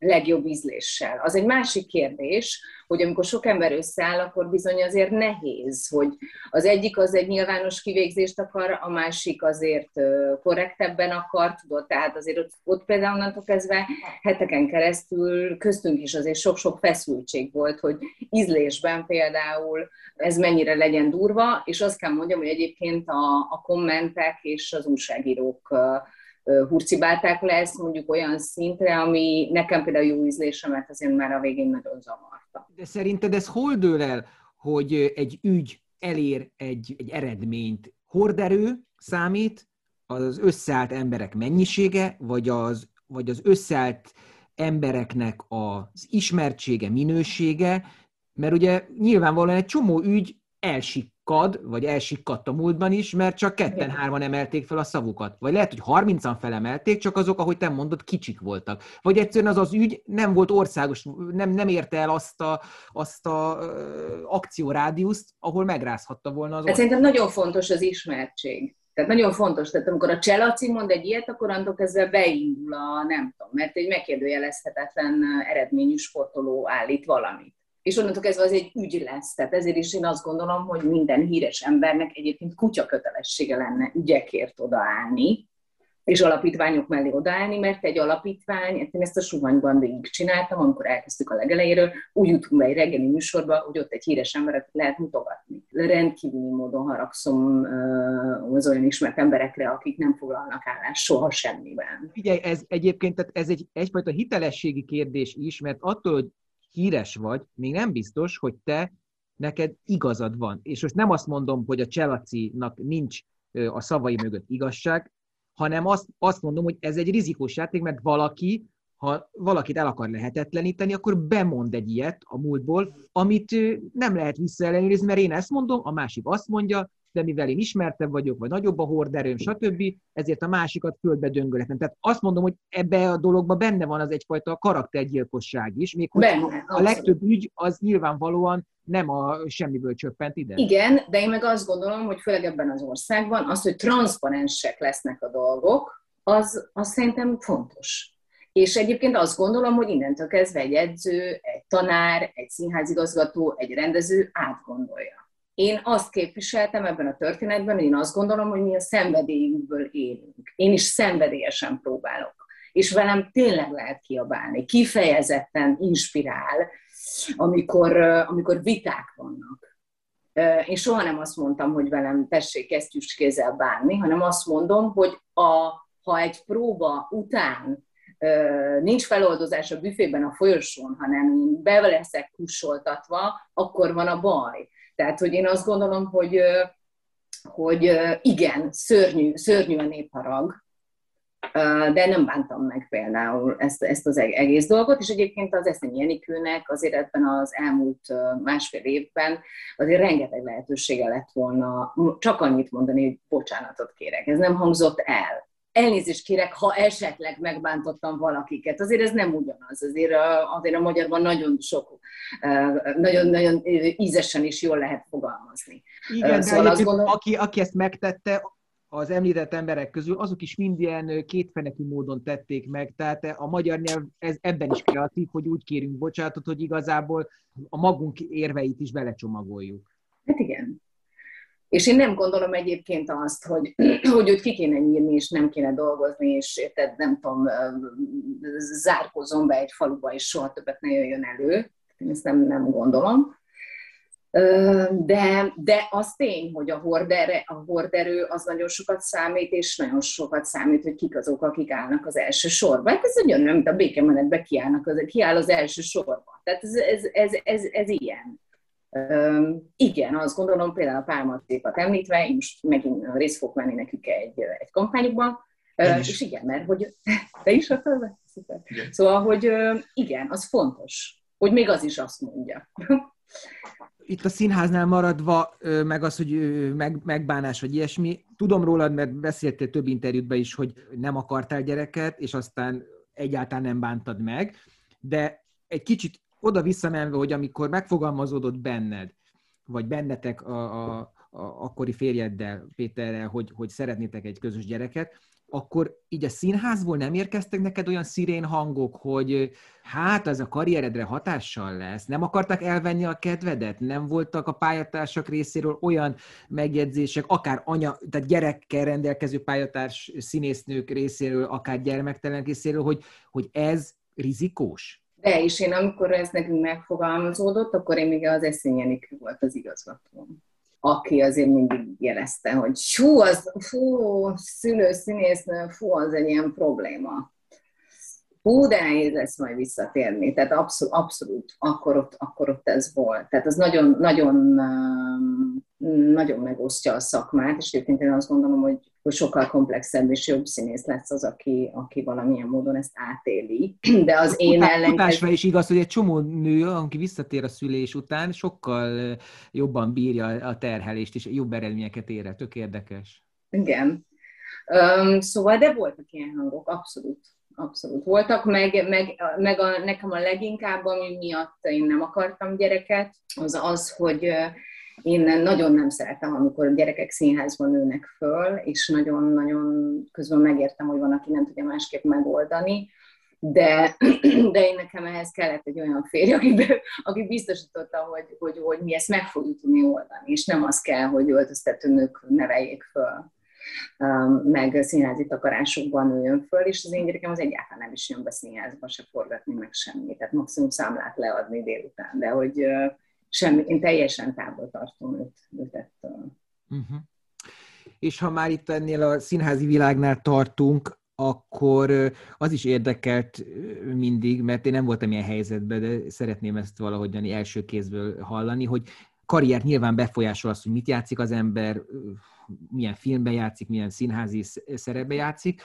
legjobb ízléssel. Az egy másik kérdés, hogy amikor sok ember összeáll, akkor bizony azért nehéz, hogy az egyik az egy nyilvános kivégzést akar, a másik azért korrektebben akar, tudod, tehát azért ott például onnantól kezdve heteken keresztül köztünk is azért sok-sok feszültség volt, hogy ízlésben például ez mennyire legyen durva, és azt kell mondjam, hogy egyébként a kommentek és az újságírók hurcibálták le ezt mondjuk olyan szintre, ami nekem például jó ízlésemet azért már a végén nagyon zavarta. De szerinted ez hol dől el, hogy egy ügy elér egy eredményt? Horderő számít, az összeállt emberek mennyisége, vagy az összeállt embereknek az ismertsége, minősége? Mert ugye nyilvánvalóan egy csomó ügy vagy elsikkadt a múltban is, mert csak 2-3 emelték fel a szavukat. Vagy lehet, hogy 30-an felemelték, csak azok, ahogy te mondod, kicsik voltak. Vagy egyszerűen az ügy nem volt országos, nem érte el azt a akciórádiuszt, ahol megrázhatta volna az ország. Szerintem nagyon fontos az ismertség. Tehát nagyon fontos, tehát amikor a Cseh-Laci mond egy ilyet, akkor annól kezdve beindul nem tudom, mert egy megkérdőjelezhetetlen eredményű sportoló állít valamit. És onnantól kezdve az egy ügy lesz. Tehát ezért is én azt gondolom, hogy minden híres embernek egyébként kutya kötelessége lenne ügyekért odaállni, és alapítványok mellé odaállni, mert egy alapítvány, én ezt a Suvanyban végig csináltam, amikor elkezdtük a legelejéről, úgy jutunk be egy reggeli műsorba, hogy ott egy híres emberet lehet mutogatni. Rendkívüli módon haragszom az olyan ismert emberekre, akik nem foglalnak állást soha semmiben. Figyelj, ez egyébként ez egyfajta hitelességi kérdés is, mert attól, hogy híres vagy, még nem biztos, hogy neked igazad van. És most nem azt mondom, hogy a Cseh-Lacinak nincs a szavai mögött igazság, hanem azt mondom, hogy ez egy rizikós játék, mert ha valakit el akar lehetetleníteni, akkor bemond egy ilyet a múltból, amit nem lehet visszaellenőrizni, mert én ezt mondom, a másik azt mondja, de mivel én ismertebb vagyok, vagy nagyobb a horderőm, stb., ezért a másikat földbe döngölhetem. Tehát azt mondom, hogy ebbe a dologban benne van az egyfajta karaktergyilkosság is, még hogy a legtöbb ügy az nyilvánvalóan nem a semmiből csöppent ide. Igen, de én meg azt gondolom, hogy főleg ebben az országban az, hogy transzparensek lesznek a dolgok, az szerintem fontos. És egyébként azt gondolom, hogy innentől kezdve egy edző, egy tanár, egy színházigazgató, egy rendező átgondolja. Én azt képviseltem ebben a történetben, hogy én azt gondolom, hogy mi a szenvedélyünkből élünk. Én is szenvedélyesen próbálok. És velem tényleg lehet kiabálni. Kifejezetten inspirál, amikor viták vannak. Én soha nem azt mondtam, hogy velem tessék kesztyűs kézzel bánni, hanem azt mondom, hogy ha egy próba után nincs feloldozás a büfében a folyosón, hanem be leszek kussoltatva, akkor van a baj. Tehát, hogy én azt gondolom, hogy igen, szörnyű a népharag, de nem bántam meg például ezt az egész dolgot, és egyébként az Eszényi Enikőnek azért ebben az elmúlt 1,5 évben azért rengeteg lehetősége lett volna csak annyit mondani, hogy bocsánatot kérek. Ez nem hangzott el. Elnézést kérek, ha esetleg megbántottam valakiket. Azért ez nem ugyanaz. Azért a magyarban nagyon sok, nagyon ízesen is jól lehet fogalmazni. Igen, szóval de aki ezt megtette, az említett emberek közül, azok is mind ilyen kétfenekű módon tették meg, tehát a magyar nyelv ebben is kreatív, hogy úgy kérünk bocsánatot, hogy igazából a magunk érveit is belecsomagoljuk. Hát igen. És én nem gondolom egyébként azt, hogy őt ki kéne nyírni, és nem kéne dolgozni, és érted, nem tudom, zárkózzon be egy faluba, és soha többet ne jöjjön elő. Én ezt nem gondolom. De az tény, hogy a horderő az nagyon sokat számít, és nagyon sokat számít, hogy kik azok, akik állnak az első sorba. Hát ez ugyanolyan, mint a békemenetben kiáll az első sorba. Tehát ez ilyen. Igen, azt gondolom, például a Pálmacékat említve, én most megint részt fogok venni nekük egy kampányukban, és igen, mert hogy te is akarod? Szuper. Szóval, hogy igen, az fontos, hogy még az is azt mondja. Itt a színháznál maradva, meg az, hogy megbánás vagy ilyesmi, tudom rólad, mert beszéltél több interjútban is, hogy nem akartál gyereket, és aztán egyáltalán nem bántad meg, de egy kicsit oda visszamenve, hogy amikor megfogalmazódott benned, vagy bennetek a akkori férjeddel, Péterrel, hogy szeretnétek egy közös gyereket, akkor így a színházból nem érkeztek neked olyan szirén hangok, hogy hát az a karrieredre hatással lesz? Nem akartak elvenni a kedvedet? Nem voltak a pályatársak részéről olyan megjegyzések, akár tehát gyerekkel rendelkező pályatárs színésznők részéről, akár gyermektelen részéről, hogy ez rizikós? De és én amikor ez nekünk megfogalmazódott, akkor én még az Eszény Enikő volt az igazgatóm, aki azért mindig jelezte, hogy szülő, színésznő, az egy ilyen probléma. De nehéz lesz majd visszatérni. Tehát abszolút akkor ott ez volt. Tehát az nagyon, nagyon, nagyon megosztja a szakmát, és egyébként én azt gondolom, hogy sokkal komplexebb és jobb színész lesz az, aki valamilyen módon ezt átéli. De az én ellenkező... is igaz, hogy egy csomó nő, aki visszatér a szülés után, sokkal jobban bírja a terhelést, és jobb eredményeket ér el. Tök érdekes. Igen. Szóval, de voltak ilyen hangok, abszolút voltak, nekem a leginkább, ami miatt én nem akartam gyereket, az, hogy én nagyon nem szeretem, amikor a gyerekek színházban nőnek föl, és nagyon-nagyon közben megértem, hogy van, aki nem tudja másképp megoldani, de én nekem ehhez kellett egy olyan férj, aki biztosította, hogy mi ezt meg fogjuk tudni oldani, és nem az kell, hogy öltöztetőnők neveljék föl, meg színházi takarásokban nőjön föl, és az én gyerekem az egyáltalán nem is jön be színházba, se forgatni, meg semmi. Tehát maximum számlát leadni délután, de hogy én teljesen távol tartom őt ettől. Uh-huh. És ha már itt ennél a színházi világnál tartunk, akkor az is érdekelt mindig, mert én nem voltam ilyen helyzetben, de szeretném ezt valahogyan első kézből hallani, hogy karriert nyilván befolyásol az, hogy mit játszik az ember, milyen filmben játszik, milyen színházi szerepben játszik,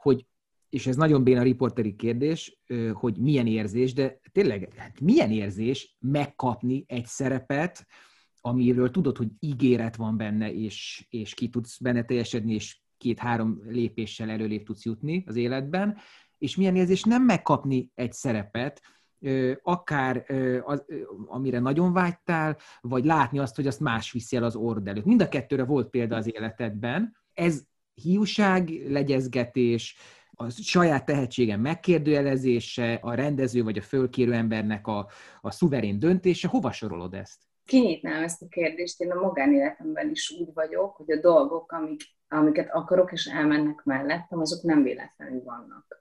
és ez nagyon béna riporteri kérdés, hogy milyen érzés, de tényleg hát milyen érzés megkapni egy szerepet, amiről tudod, hogy ígéret van benne, és ki tudsz benne teljesedni, és 2-3 lépéssel előrébb tudsz jutni az életben, és milyen érzés nem megkapni egy szerepet, akár amire nagyon vágytál, vagy látni azt, hogy azt más viszi el az orrod előtt. Mind a kettőre volt példa az életedben. Ez hiúság, legyezgetés, a saját tehetségem megkérdőjelezése, a rendező vagy a fölkérő embernek a szuverén döntése. Hova sorolod ezt? Kinyitnám ezt a kérdést. Én a magánéletemben is úgy vagyok, hogy a dolgok, amiket akarok és elmennek mellettem, azok nem véletlenül vannak.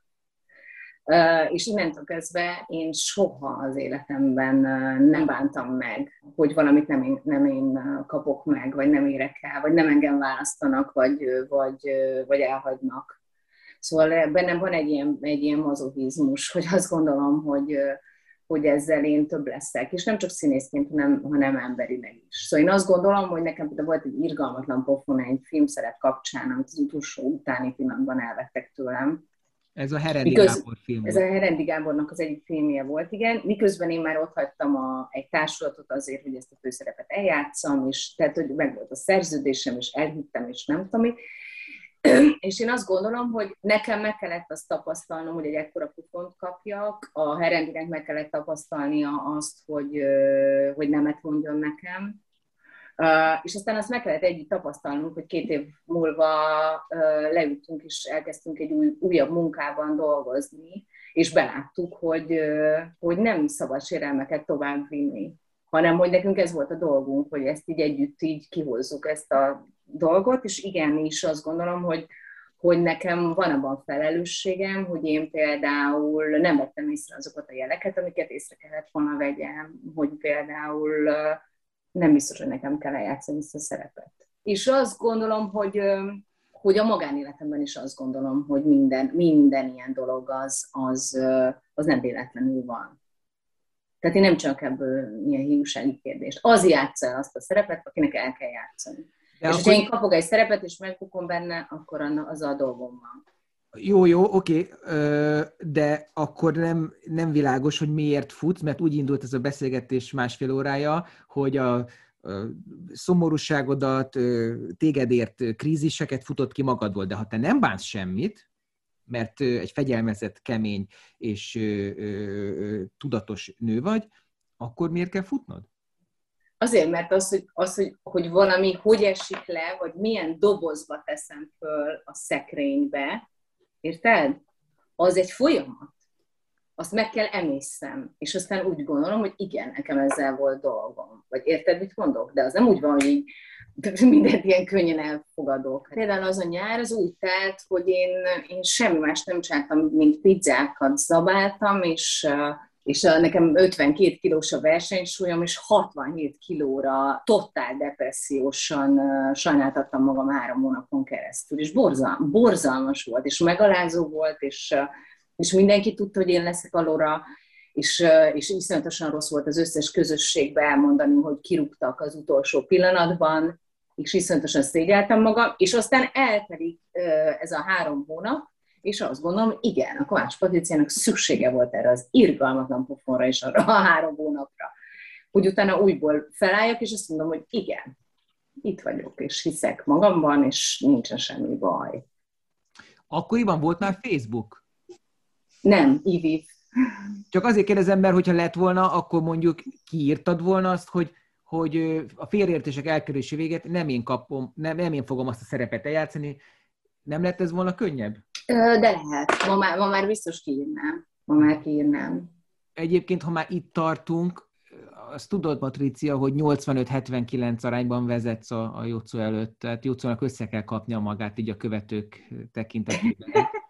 És innentől kezdve én soha az életemben nem bántam meg, hogy valamit nem én kapok meg, vagy nem érek el, vagy nem engem választanak, vagy elhagynak. Szóval bennem van egy ilyen mazochizmus, hogy azt gondolom, hogy ezzel én több leszek, és nem csak színészként, hanem emberileg is. Szóval én azt gondolom, hogy nekem volt egy irgalmatlan pofon egy filmszerep kapcsán, amit az utolsó utáni pillanatban elvettek tőlem. Ez a Herendi Gábor film. Ez a Herendi Gábornak az egyik filmje volt, igen. Miközben én már ott hagytam egy társulatot azért, hogy ezt a főszerepet eljátszam, és tehát, hogy meg volt a szerződésem, és elhittem, és nem tudom mi. És én azt gondolom, hogy nekem meg kellett azt tapasztalnom, hogy egy ekkora pufont kapjak, a Herendinek meg kellett tapasztalnia azt, hogy nemet mondjon nekem, és aztán azt meg kellett együtt tapasztalnunk, hogy 2 év múlva leültünk, és elkezdtünk egy újabb munkában dolgozni, és beláttuk, hogy nem szabad sérelmeket tovább vinni, hanem hogy nekünk ez volt a dolgunk, hogy ezt így együtt így kihozzuk ezt a dolgot, és igenis azt gondolom, hogy nekem van abban felelősségem, hogy én például nem vettem észre azokat a jeleket, amiket észre kellett volna vegyem, hogy például nem biztos, hogy nekem kell eljátszani ezt a szerepet. És azt gondolom, hogy a magánéletemben is azt gondolom, hogy minden ilyen dolog az nem véletlenül van. Tehát én nem csak ebből ilyen hiúsági kérdést. Az játsza azt a szerepet, akinek el kell játszani. De és akkor... ha én kapok egy szerepet, és megbukom benne, akkor az a dolgom van. Jó, oké, de akkor nem világos, hogy miért futsz, mert úgy indult ez a beszélgetés 1,5 órája, hogy a szomorúságodat, téged ért kríziseket futott ki magadból, de ha te nem bánsz semmit, mert egy fegyelmezett, kemény és tudatos nő vagy, akkor miért kell futnod? Azért, mert hogy valami hogy esik le, vagy milyen dobozba teszem föl a szekrénybe, Érted? Az egy folyamat. Azt meg kell emészszem. És aztán úgy gondolom, hogy igen, nekem ezzel volt dolgom. Vagy érted, mit mondok? De az nem úgy van, hogy így mindent ilyen könnyen elfogadok. Például az a nyár az úgy telt, hogy én semmi más nem csináltam, mint pizzákat zabáltam, és nekem 52 kilós a versenysúlyom, és 67 kilóra totál depressziósan sajnáltattam magam 3 hónapon keresztül, és borzalmas volt, és megalázó volt, és mindenki tudta, hogy én leszek a Lora, és iszonyatosan rossz volt az összes közösségbe elmondani, hogy kirúgtak az utolsó pillanatban, és iszonyatosan szégyeltem magam, és aztán eltelik ez a 3 hónap, és azt gondolom, igen, a Kovács Patriciának szüksége volt erre az irgalmatlan pofonra és arra a 3 hónapra, hogy utána újból felálljak, és azt mondom, hogy igen, itt vagyok, és hiszek magamban, és nincsen semmi baj. Akkoriban volt már Facebook? Nem, IVIV. Csak azért kérdezem, mert hogyha lett volna, akkor mondjuk kiírtad volna azt, hogy a félreértések elkerülési véget nem én fogom azt a szerepet eljátszani. Nem lett ez volna könnyebb? De lehet. Ma már biztos kiírnám. Egyébként, ha már itt tartunk, azt tudod, Patricia, hogy 85-79 arányban vezetsz a Jocó előtt, tehát Jocónak össze kell kapnia magát így a követők tekintetében.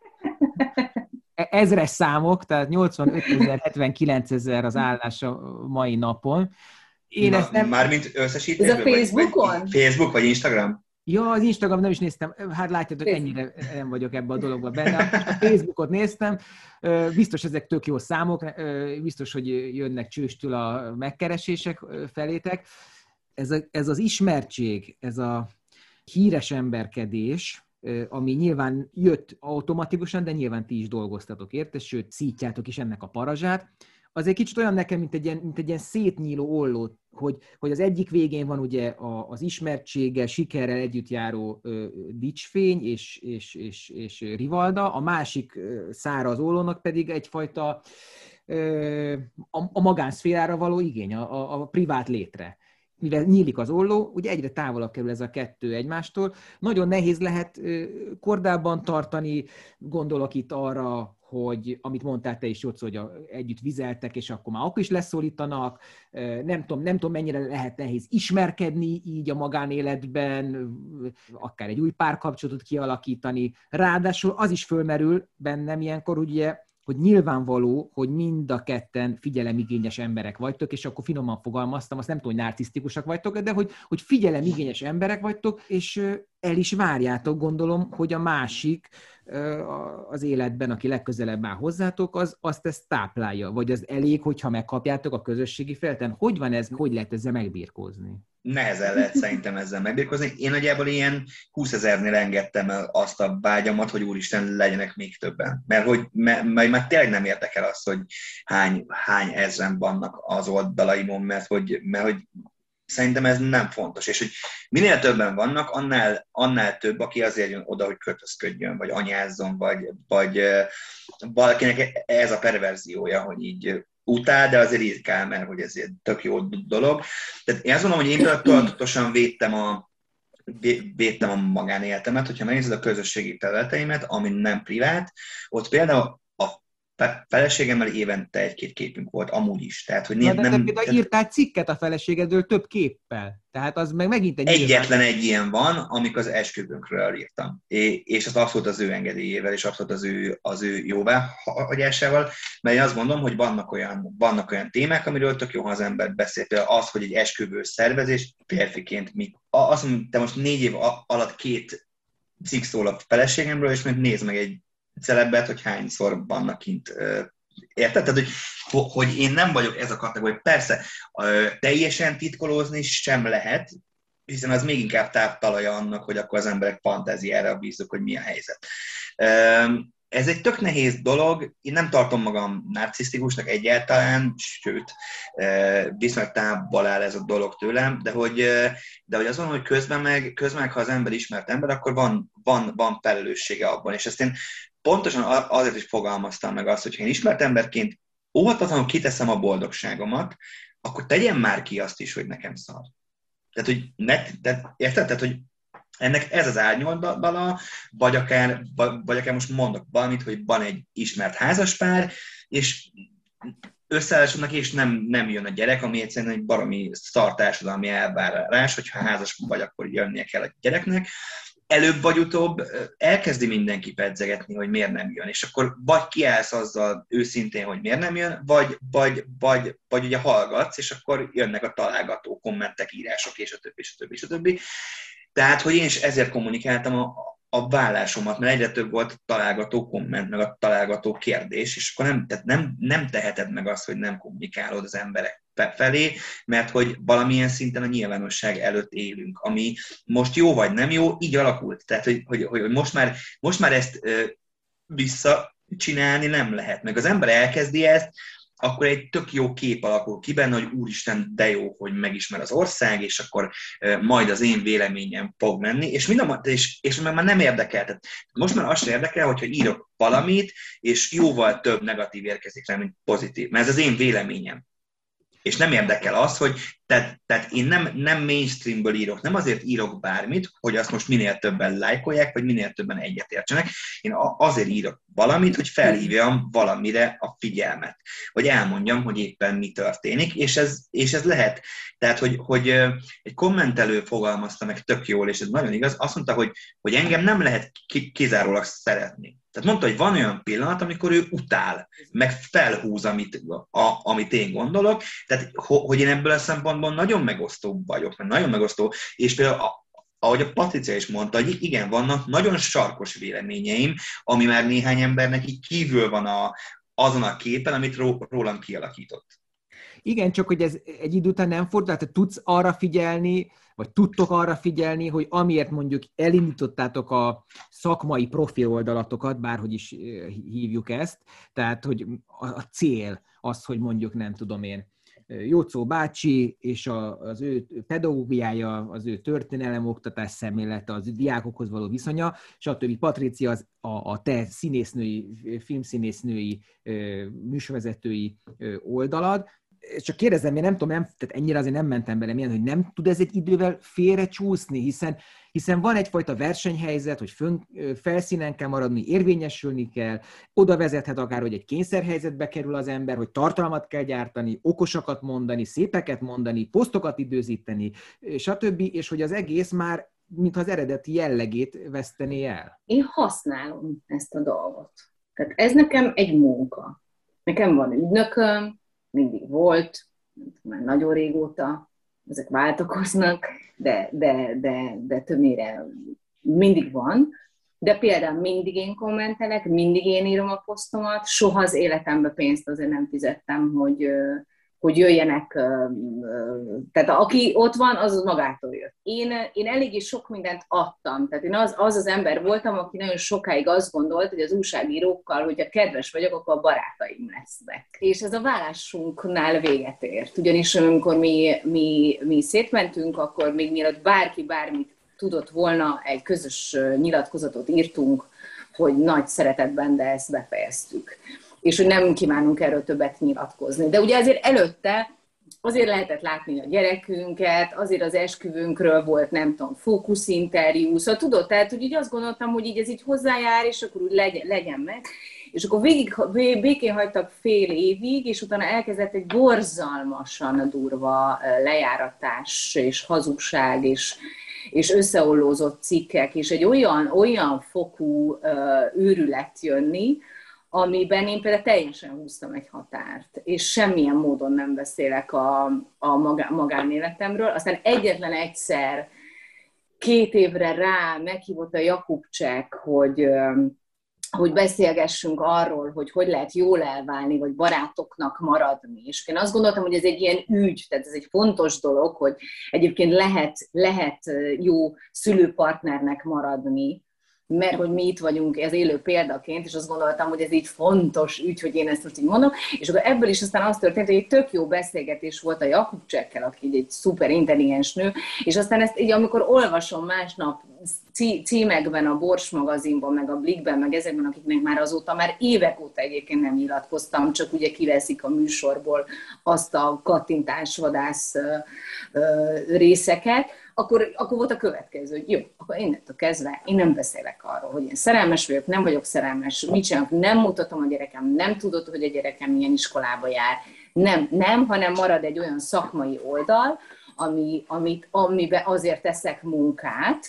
Ezres számok, tehát 85 000, 79 000 az állás a mai napon. Ezt nem... Mármint összesítésben? Ez a Facebookon? Facebook vagy Instagram? Ja, az Instagram nem is néztem, hát látjátok, ennyire nem vagyok ebben a dologban benne. A Facebookot néztem, biztos ezek tök jó számok, biztos, hogy jönnek csőstül a megkeresések felétek. Ez az ismertség, ez a híres emberkedés, ami nyilván jött automatikusan, de nyilván ti is dolgoztatok érte, sőt, szítjátok is ennek a parazsát. Az egy kicsit olyan nekem, mint egy ilyen szétnyíló olló, hogy az egyik végén van ugye az ismertséggel, sikerrel együtt járó dicsfény és rivalda, a másik szára az ollónak pedig egyfajta a magánszférára való igény, a privát létre. Mivel nyílik az olló, ugye egyre távolabb kerül ez a kettő egymástól. Nagyon nehéz lehet kordában tartani, gondolok itt arra, hogy amit mondtál te is, Jocó, hogy együtt vizeltek, és akkor már is leszólítanak. Nem tudom, mennyire lehet nehéz ismerkedni így a magánéletben, akár egy új párkapcsolatot kialakítani. Ráadásul az is fölmerül bennem ilyenkor, ugye, hogy nyilvánvaló, hogy mind a ketten figyelemigényes emberek vagytok, és akkor finoman fogalmaztam, azt nem tudom, hogy narcisztikusak vagytok, de hogy figyelemigényes emberek vagytok, és el is várjátok, gondolom, hogy a másik az életben, aki legközelebb áll hozzátok, azt ezt táplálja, vagy az elég, hogyha megkapjátok a közösségi felten. Hogy van ez, hogy lehet ezzel megbirkózni? Nehezen lehet szerintem ezzel megbirkózni. Én nagyjából ilyen 20 000-nél engedtem el azt a vágyamat, hogy úristen, legyenek még többen. Mert tényleg nem érdekel az, hogy hány ezren vannak az oldalaimon, mert hogy szerintem ez nem fontos. És hogy minél többen vannak, annál több, aki azért jön oda, hogy kötözködjön, vagy anyázzon, vagy valakinek ez a perverziója, hogy így utál, de azért írkál, mert hogy ez egy tök jó dolog. Tehát én azt mondom, hogy én például tudatosan védtem a magánéletemet, hogyha megnézed a közösségi területeimet, ami nem privát, ott például a feleségemmel évente 1-2 képünk volt, amúgy is. Tehát, hogy te például írtál cikket a feleségedről több képpel. Tehát az megint egy... Egyetlen egy ilyen van, amikor az esküvőnkről írtam. És az abszolút az ő engedélyével, és abszolút az ő jóváhagyásával, mert én azt mondom, hogy vannak olyan témák, amiről tök jó, ha az ember beszél. Például az, hogy egy esküvő szervezés férfiként mit. Azt mondom, te most 4 év alatt 2 cikk szól a feleségemről, és még nézd meg egy celebbet, hogy hányszor vannak kint. Érted? Tehát, hogy én nem vagyok ez a kategória. Persze, teljesen titkolózni sem lehet, hiszen az még inkább táptalaja annak, hogy akkor az emberek fantáziára bízzuk, hogy mi a helyzet. Ez egy tök nehéz dolog, én nem tartom magam narcisztikusnak egyáltalán, sőt, viszonylag távol áll ez a dolog tőlem, de hogy az van, hogy közben meg, ha az ember ismert ember, akkor van felelőssége abban, és ezt én pontosan azért is fogalmaztam meg azt, hogy ha én ismert emberként óhatatlanul kiteszem a boldogságomat, akkor tegyen már ki azt is, hogy nekem szar. Tehát, hogy érted? Tehát, hogy Ennek ez az árnyoldala, vagy akár most mondok valamit, hogy van egy ismert házaspár, és összeállásodnak, és nem jön a gyerek, ami egyszerűen egy baromi szar társadalmi elvárás, hogyha házas vagy, akkor jönnie kell a gyereknek. Előbb vagy utóbb elkezdi mindenki pedzegetni, hogy miért nem jön, és akkor vagy kiállsz azzal őszintén, hogy miért nem jön, vagy ugye hallgatsz, és akkor jönnek a találgató kommentek, írások, és a többi, és a többi, és a többi. Tehát, hogy én is ezért kommunikáltam a vállásomat, mert egyre több volt a találgató komment, meg a találgató kérdés, és akkor nem teheted meg azt, hogy nem kommunikálod az emberek felé, mert hogy valamilyen szinten a nyilvánosság előtt élünk, ami most jó vagy nem jó, így alakult. Tehát, hogy most már ezt visszacsinálni nem lehet. Meg az ember elkezdi ezt, akkor egy tök jó kép alakul ki benne, hogy úristen, de jó, hogy megismer az ország, és akkor majd az én véleményem fog menni, és már nem érdekel. Tehát most már azt érdekel, hogyha írok valamit, és jóval több negatív érkezik rá, mint pozitív, mert ez az én véleményem. És nem érdekel az, hogy tehát én nem mainstreamből írok, nem azért írok bármit, hogy azt most minél többen lájkolják, vagy minél többen egyetértsenek. Én azért írok valamit, hogy felhívjam valamire a figyelmet, vagy elmondjam, hogy éppen mi történik, és ez lehet. Tehát, hogy egy kommentelő fogalmazta meg tök jól, és ez nagyon igaz, azt mondta, hogy engem nem lehet kizárólag szeretni. Tehát mondta, hogy van olyan pillanat, amikor ő utál, meg felhúz, amit én gondolok, tehát hogy én ebből a szempontból nagyon megosztó vagyok, mert nagyon megosztó, és például ahogy a Patricia is mondta, hogy igen, vannak nagyon sarkos véleményeim, ami már néhány embernek így kívül van azon a képen, amit rólam kialakított. Igen, csak hogy ez egy idő után nem fordul, tehát tudsz arra figyelni, vagy tudtok arra figyelni, hogy amiért mondjuk elindítottátok a szakmai profil oldalatokat, bárhogy is hívjuk ezt, tehát hogy a cél az, hogy mondjuk nem tudom én, Jocó bácsi és az ő pedagógiája, az ő történelem, oktatás szemlélete, az ő diákokhoz való viszonya, stb. Patricia az a te színésznői, filmszínésznői, műsorvezetői oldalad. Csak kérdezem, én nem tudom, tehát ennyire azért nem mentem bele, milyen, hogy nem tud ez egy idővel félrecsúszni, hiszen van egyfajta versenyhelyzet, hogy felszínen kell maradni, érvényesülni kell, oda vezethet akár, hogy egy kényszerhelyzetbe kerül az ember, hogy tartalmat kell gyártani, okosakat mondani, szépeket mondani, posztokat időzíteni, stb., és hogy az egész már, mintha az eredeti jellegét vesztené el. Én használom ezt a dolgot. Tehát ez nekem egy munka. Nekem van ügynököm, mindig volt, már nagyon régóta, ezek váltakoznak, de többnyire mindig van. De például mindig én kommentelek, mindig én írom a posztomat, soha az életemben pénzt azért nem fizettem, hogy jöjjenek, tehát aki ott van, az magától jött. Én eléggé sok mindent adtam, tehát én az ember voltam, aki nagyon sokáig azt gondolt, hogy az újságírókkal, hogyha kedves vagyok, akkor a barátaim lesznek. És ez a vállásunknál véget ért. Ugyanis amikor mi szétmentünk, akkor még mielőtt bárki bármit tudott volna, egy közös nyilatkozatot írtunk, hogy nagy szeretetben, de ezt befejeztük. És hogy nem kívánunk erről többet nyilatkozni. De ugye azért előtte azért lehetett látni a gyerekünket, azért az esküvőnkről volt, nem tudom, fókuszinterjú, szóval tudod, tehát hogy így azt gondoltam, hogy így ez így hozzájár, és akkor úgy legyen meg. És akkor békén hagytak fél évig, és utána elkezdett egy borzalmasan durva lejáratás, és hazugság, és összeollózott cikkek, és egy olyan fokú őrület jönni, amiben én például teljesen húztam egy határt, és semmilyen módon nem beszélek a magánéletemről. Aztán egyetlen egyszer, 2 évre rá meghívott a Jakubcsek, hogy beszélgessünk arról, hogy lehet jól elválni, vagy barátoknak maradni. És én azt gondoltam, hogy ez egy ilyen ügy, tehát ez egy fontos dolog, hogy egyébként lehet jó szülőpartnernek maradni, mert hogy mi itt vagyunk, ez élő példaként, és azt gondoltam, hogy ez így fontos ügy, hogy én ezt most így mondom, és akkor ebből is aztán az történt, hogy egy tök jó beszélgetés volt a Jakubcsekkel, aki egy szuper intelligens nő, és aztán ezt így, amikor olvasom másnap címekben, a Bors magazinban, meg a Blikkben, meg ezekben, akiknek már azóta, már évek óta egyébként nem nyilatkoztam, csak ugye kiveszik a műsorból azt a kattintásvadász részeket, akkor volt a következő, hogy jó, akkor innentől kezdve én nem beszélek arról, hogy én szerelmes vagyok, nem vagyok szerelmes, mit csinálok, nem mutatom a gyerekem, nem tudod, hogy a gyerekem milyen iskolába jár, nem, hanem marad egy olyan szakmai oldal, amiben azért teszek munkát,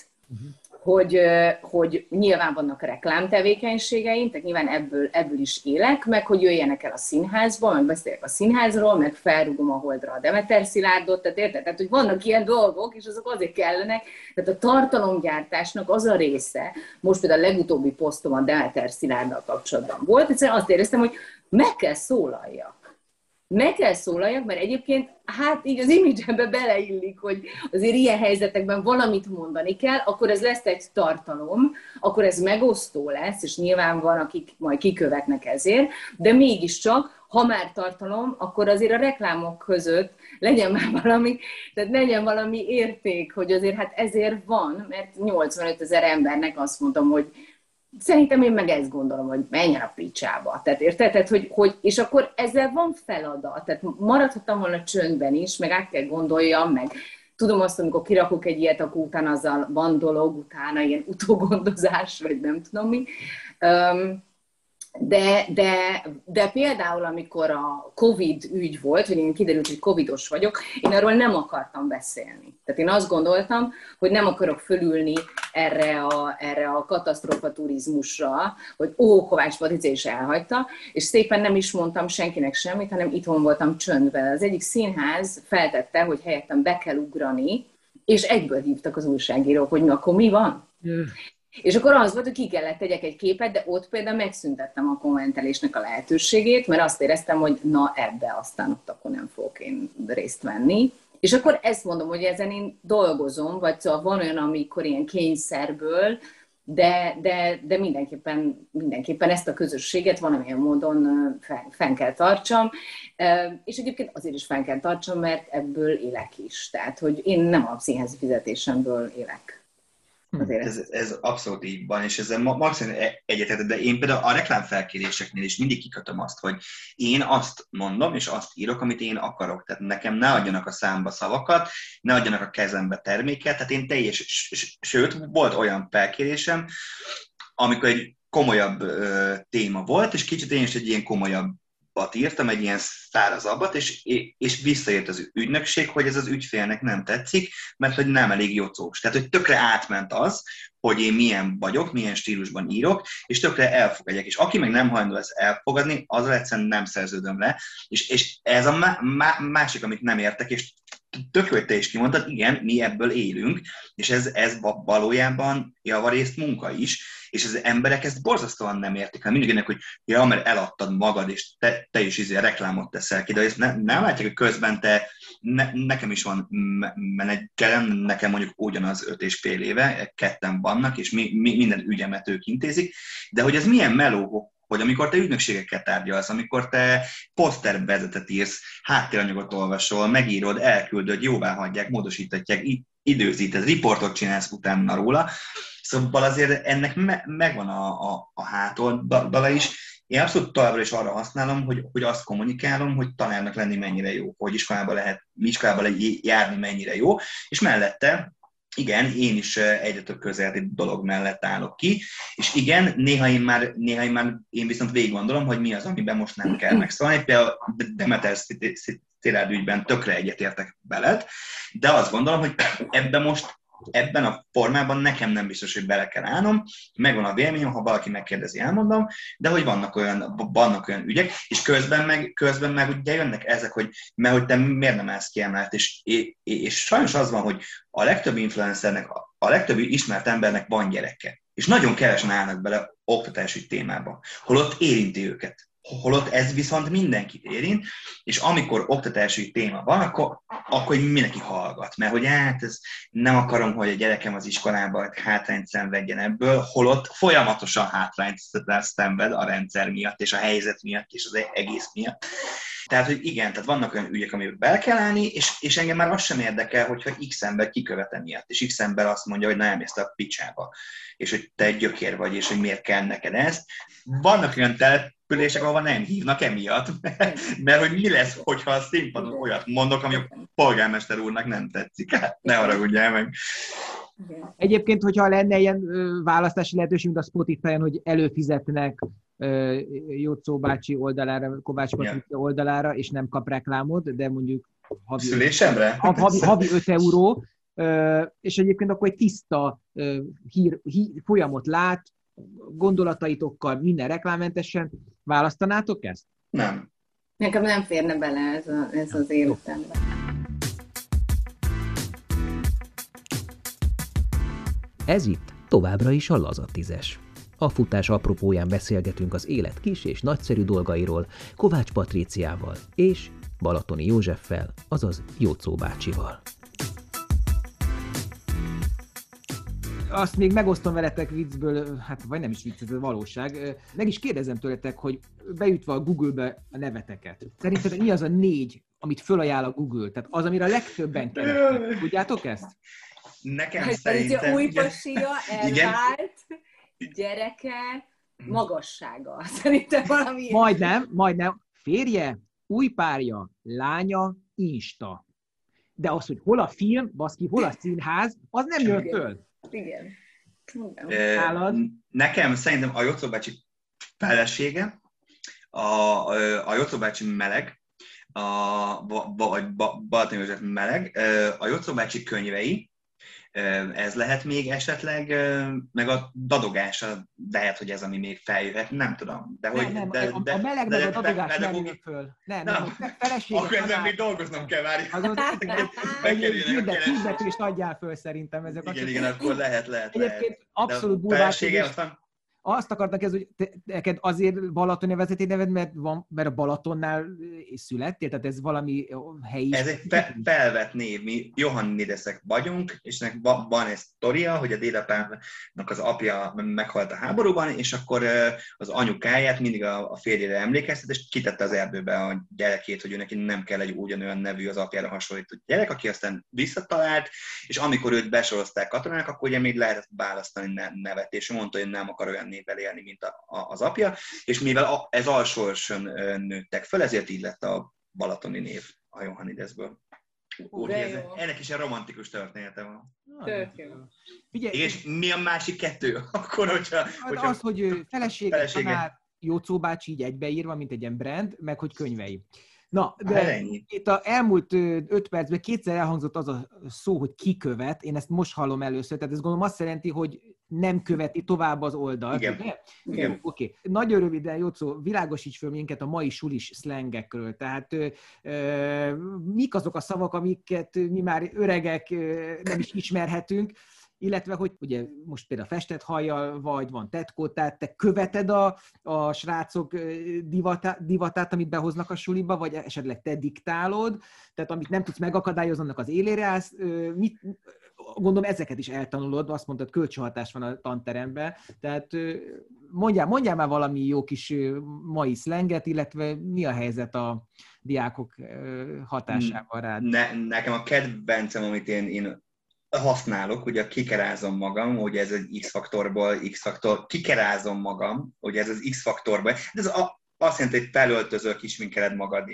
hogy nyilván vannak reklámtevékenységeim, tehát nyilván ebből is élek, meg hogy jöjjenek el a színházba, meg beszélek a színházról, meg felrugom a Holdra a Demeter Szilárdot, tehát érted? Tehát, hogy vannak ilyen dolgok, és azok azért kellenek, tehát a tartalomgyártásnak az a része, most például a legutóbbi posztom a Demeter Szilárddal kapcsolatban volt, egyszerűen azt éreztem, hogy meg kell szólaljak, mert egyébként hát így az imidzsembe beleillik, hogy azért ilyen helyzetekben valamit mondani kell, akkor ez lesz egy tartalom, akkor ez megosztó lesz, és nyilván van, akik majd kikövetnek ezért, de mégiscsak, ha már tartalom, akkor azért a reklámok között legyen már valami, tehát legyen valami érték, hogy azért hát ezért van, mert 85 000 embernek azt mondom, hogy szerintem én meg ezt gondolom, hogy menjen a picsába. Tehát érted? Tehát, és akkor ezzel van feladat. Tehát maradhattam volna csöndben is, meg át kell gondoljam, meg tudom azt, amikor kirakok egy ilyet, akkor utána azzal van dolog, utána ilyen utógondozás, vagy nem tudom mi. De például, amikor a Covid ügy volt, hogy én kiderült, hogy covidos vagyok, én arról nem akartam beszélni. Tehát én azt gondoltam, hogy nem akarok fölülni erre a katasztrófa turizmusra, hogy Kovács Patricia is elhagyta, és szépen nem is mondtam senkinek semmit, hanem itthon voltam csöndben. Az egyik színház feltette, hogy helyettem be kell ugrani, és egyből hívtak az újságírók, hogy akkor mi van? És akkor az volt, hogy ki kellett tegyek egy képet, de ott például megszüntettem a kommentelésnek a lehetőségét, mert azt éreztem, hogy na ebbe aztán ott akkor nem fogok én részt venni. És akkor ezt mondom, hogy ezen én dolgozom, vagy szóval van olyan, amikor ilyen kényszerből, de mindenképpen ezt a közösséget valamilyen módon fenn kell tartsam, és egyébként azért is fenn kell tartsam, mert ebből élek is. Tehát, hogy én nem a színházi fizetésemből élek. Ez abszolút így van, és ezzel maximum egyetértek, de én például a reklámfelkéréseknél is mindig kikötöm azt, hogy én azt mondom, és azt írok, amit én akarok. Tehát nekem ne adjanak a számba szavakat, ne adjanak a kezembe terméket, tehát én sőt, volt olyan felkérésem, amikor egy komolyabb téma volt, és kicsit én is egy ilyen komolyabb írtam, egy ilyen szárazabbat, és visszaért az ügynökség, hogy ez az ügyfélnek nem tetszik, mert hogy nem elég jocós. Tehát, hogy tökre átment az, hogy én milyen vagyok, milyen stílusban írok, és tökre elfogadják. És aki meg nem hajlandó ezt elfogadni, azzal egyszerűen nem szerződöm le. És ez a másik, amit nem értek, és tökre, hogy te is kimondtad, igen, mi ebből élünk, és ez valójában javarészt munka is, és az emberek ezt borzasztóan nem értik, hanem mindig ennek, hogy ja, mert eladtad magad, és te is reklámot teszel ki, de ezt nem látják, hogy közben nekem is van menedzserem, nekem mondjuk ugyanaz 5,5 éve, ketten vannak, és minden ügyemet ők intézik, de hogy ez milyen meló, hogy amikor te ügynökségekkel tárgyalsz, amikor te posztervezetet írsz, háttéranyagot olvasol, megírod, elküldöd, jóvá hagyják, módosítatják, időzíted, riportot csinálsz utána róla. Szóval azért ennek megvan a hátoldala is. Én abszolút továbbra is arra használom, hogy azt kommunikálom, hogy tanárnak lenni mennyire jó, hogy iskolába járni mennyire jó, és mellette igen, én is egyre több közéleti dolog mellett állok ki, és igen, néha én már viszont végig gondolom, hogy mi az, amiben most nem kell megszólni. Például Demeter Szilárd ügyben tökre egyetértek veled, de azt gondolom, hogy ebben a formában nekem nem biztos, hogy bele kell állnom, megvan a véleményem, ha valaki megkérdezi, elmondom, de hogy vannak olyan ügyek, és közben meg ugye jönnek ezek, hogy te miért nem állsz kiemelt, és sajnos az van, hogy a legtöbb influencernek, a legtöbb ismert embernek van gyereke, és nagyon kevesen állnak bele oktatási témába, holott érinti őket. Holott ez viszont mindenkit érint, és amikor oktatási téma van, akkor mindenki hallgat, mert hogy ez nem akarom, hogy a gyerekem az iskolában hátrányt szenvedjen ebből, holott folyamatosan hátrányt szenved a rendszer miatt, és a helyzet miatt, és az egész miatt. Tehát, hogy igen, tehát vannak olyan ügyek, amiben bele kell állni, és engem már az sem érdekel, hogyha X ember kikövet miatt, és X ember azt mondja, hogy nem mész a picsába, és hogy te egy gyökér vagy, és hogy miért kell neked ezt. Vannak olyan települések, ahol nem hívnak emiatt, mert hogy mi lesz, hogyha a színpadon olyat mondok, ami a polgármester úrnak nem tetszik. Hát ne haragudjál meg. Egyébként, hogyha lenne ilyen választási lehetőség, mint a Spotify-on, hogy előfizetnek Jocó bácsi oldalára, Kovács Patrícia oldalára, és nem kap reklámot, de mondjuk havi 5 euró, és egyébként akkor egy tiszta hír folyamot lát, gondolataitokkal, minden reklámmentesen. Választanátok ezt? Nem. Nekem nem férne bele ez az életembe. Ez itt továbbra is a Laza 10-es. A futás apropóján beszélgetünk az élet kis és nagyszerű dolgairól Kovács Patríciával és Balatoni Józseffel, azaz Jocó bácsival. Azt még megosztom veletek viccből, hát vagy nem is vicc, ez a valóság. Meg is kérdezem tőletek, hogy beütve a Google-be a neveteket. Szerintetek mi az a 4, amit fölajánl a Google? Tehát az, amire a legtöbben keresnek. Tudjátok ezt? Nekem szerintem... Új pasia, elvált, gyereke, magassága. Szerintem valami... Majdnem. Férje, új párja, lánya, Insta. De az, hogy hol a film, baszki, hol a színház, az nem jön föl. Igen. Nekem szerintem a Jocó bácsi felesége, a Jocó bácsi meleg, vagy Balatoni József meleg, a Jocó bácsi könyvei, ez lehet még esetleg, meg a dadogása lehet, hogy ez, ami még feljöhet, nem tudom. De hogy, nem, a meleg meg a dadogás nem jön föl. Nem, felesége. Akkor ezzel még dolgoznom kell, várj. Hirdetést adjál föl szerintem ezek. Igen, akkor lehet. Egyébként abszolút bulvárkedés. Azt akartak ez, hogy neked azért Balatoni vezeti neved, mert a Balatonnál születtél, tehát ez valami helyi... Ez egy felvett név, mi Johannideszek vagyunk, és van egy sztoria, hogy a dédapámnak az apja meghalt a háborúban, és akkor az anyukáját mindig a férjére emlékeztet, és kitette az erdőbe a gyerekét, hogy ő neki nem kell egy ugyanolyan nevű, az apjára hasonlító gyerek, aki aztán visszatalált, és amikor őt besorozták katonának, akkor ugye még lehetett választani nevet, és mondta, hogy nem akar olyan névvel élni, mint az apja, és mivel ez alsóorson nőttek föl, ezért így lett a balatoni név a Johannideszből. Ennek is egy romantikus története van. És mi a másik 2? Akkor, hogyha az, hogy felesége. Tanár, Jocó bácsi így egybeírva, mint egy ilyen brand, meg hogy könyvei. Na, de itt az elmúlt 5 percben kétszer elhangzott az a szó, hogy kikövet. Én ezt most hallom először, tehát ez gondolom azt jelenti, hogy nem követi tovább az oldalt. Igen. Oké. Nagyon röviden, Jocó, világosíts föl minket a mai sulis szlengekről. Tehát mik azok a szavak, amiket mi már öregek nem is ismerhetünk, illetve, hogy ugye most például festett hajjal vagy, van tetkó, tehát te követed a srácok divatát, amit behoznak a suliba, vagy esetleg te diktálod, tehát amit nem tudsz megakadályozni, annak az élére állsz, gondolom ezeket is eltanulod, azt mondtad, kölcsönhatás van a tanteremben, tehát mondjál már valami jó kis mai szlenget, illetve mi a helyzet a diákok hatásával rád? Nekem a kedvencem, amit én használok, ugye kikerázom magam, ugye ez egy X-faktorból, kikerázom magam, ugye ez az X-faktorból, ez azt jelenti, hogy felöltözöl, kisminkeled magad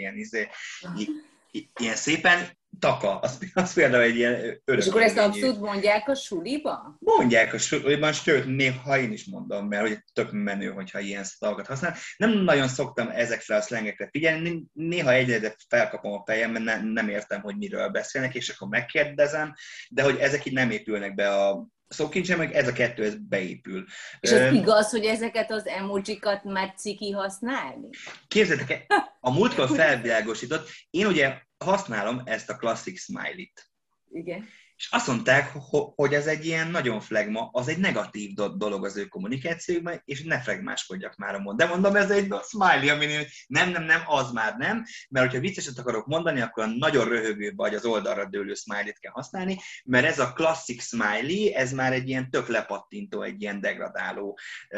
ilyen szépen, taka, az például egy ilyen örök. És akkor ezt abszolút mondják a suliba? Mondják a suliban, sőt, néha én is mondom, mert hogy tök menő, hogyha ilyen szavakat használ. Nem nagyon szoktam ezekre a szlengekre figyelni, néha egyre felkapom a fejem, mert nem értem, hogy miről beszélnek, és akkor megkérdezem, de hogy ezek így nem épülnek be a szókincsem, meg ez a 2, ez beépül. És az igaz, hogy ezeket az emojikat már ciki használni? Képzeljétek, a múltkor felvilágosított, én ugye használom ezt a klasszik smiley-t. Igen. És azt mondták, hogy ez egy ilyen nagyon flegma, az egy negatív dolog az ő kommunikációkban, és ne flegmáskodjak már a mond. De mondom, ez egy smiley, ami nem, az már nem, mert hogyha vicceset akarok mondani, akkor a nagyon röhögő vagy az oldalra dőlő smiley-t kell használni, mert ez a klasszik smiley, ez már egy ilyen tök lepattintó, egy ilyen degradáló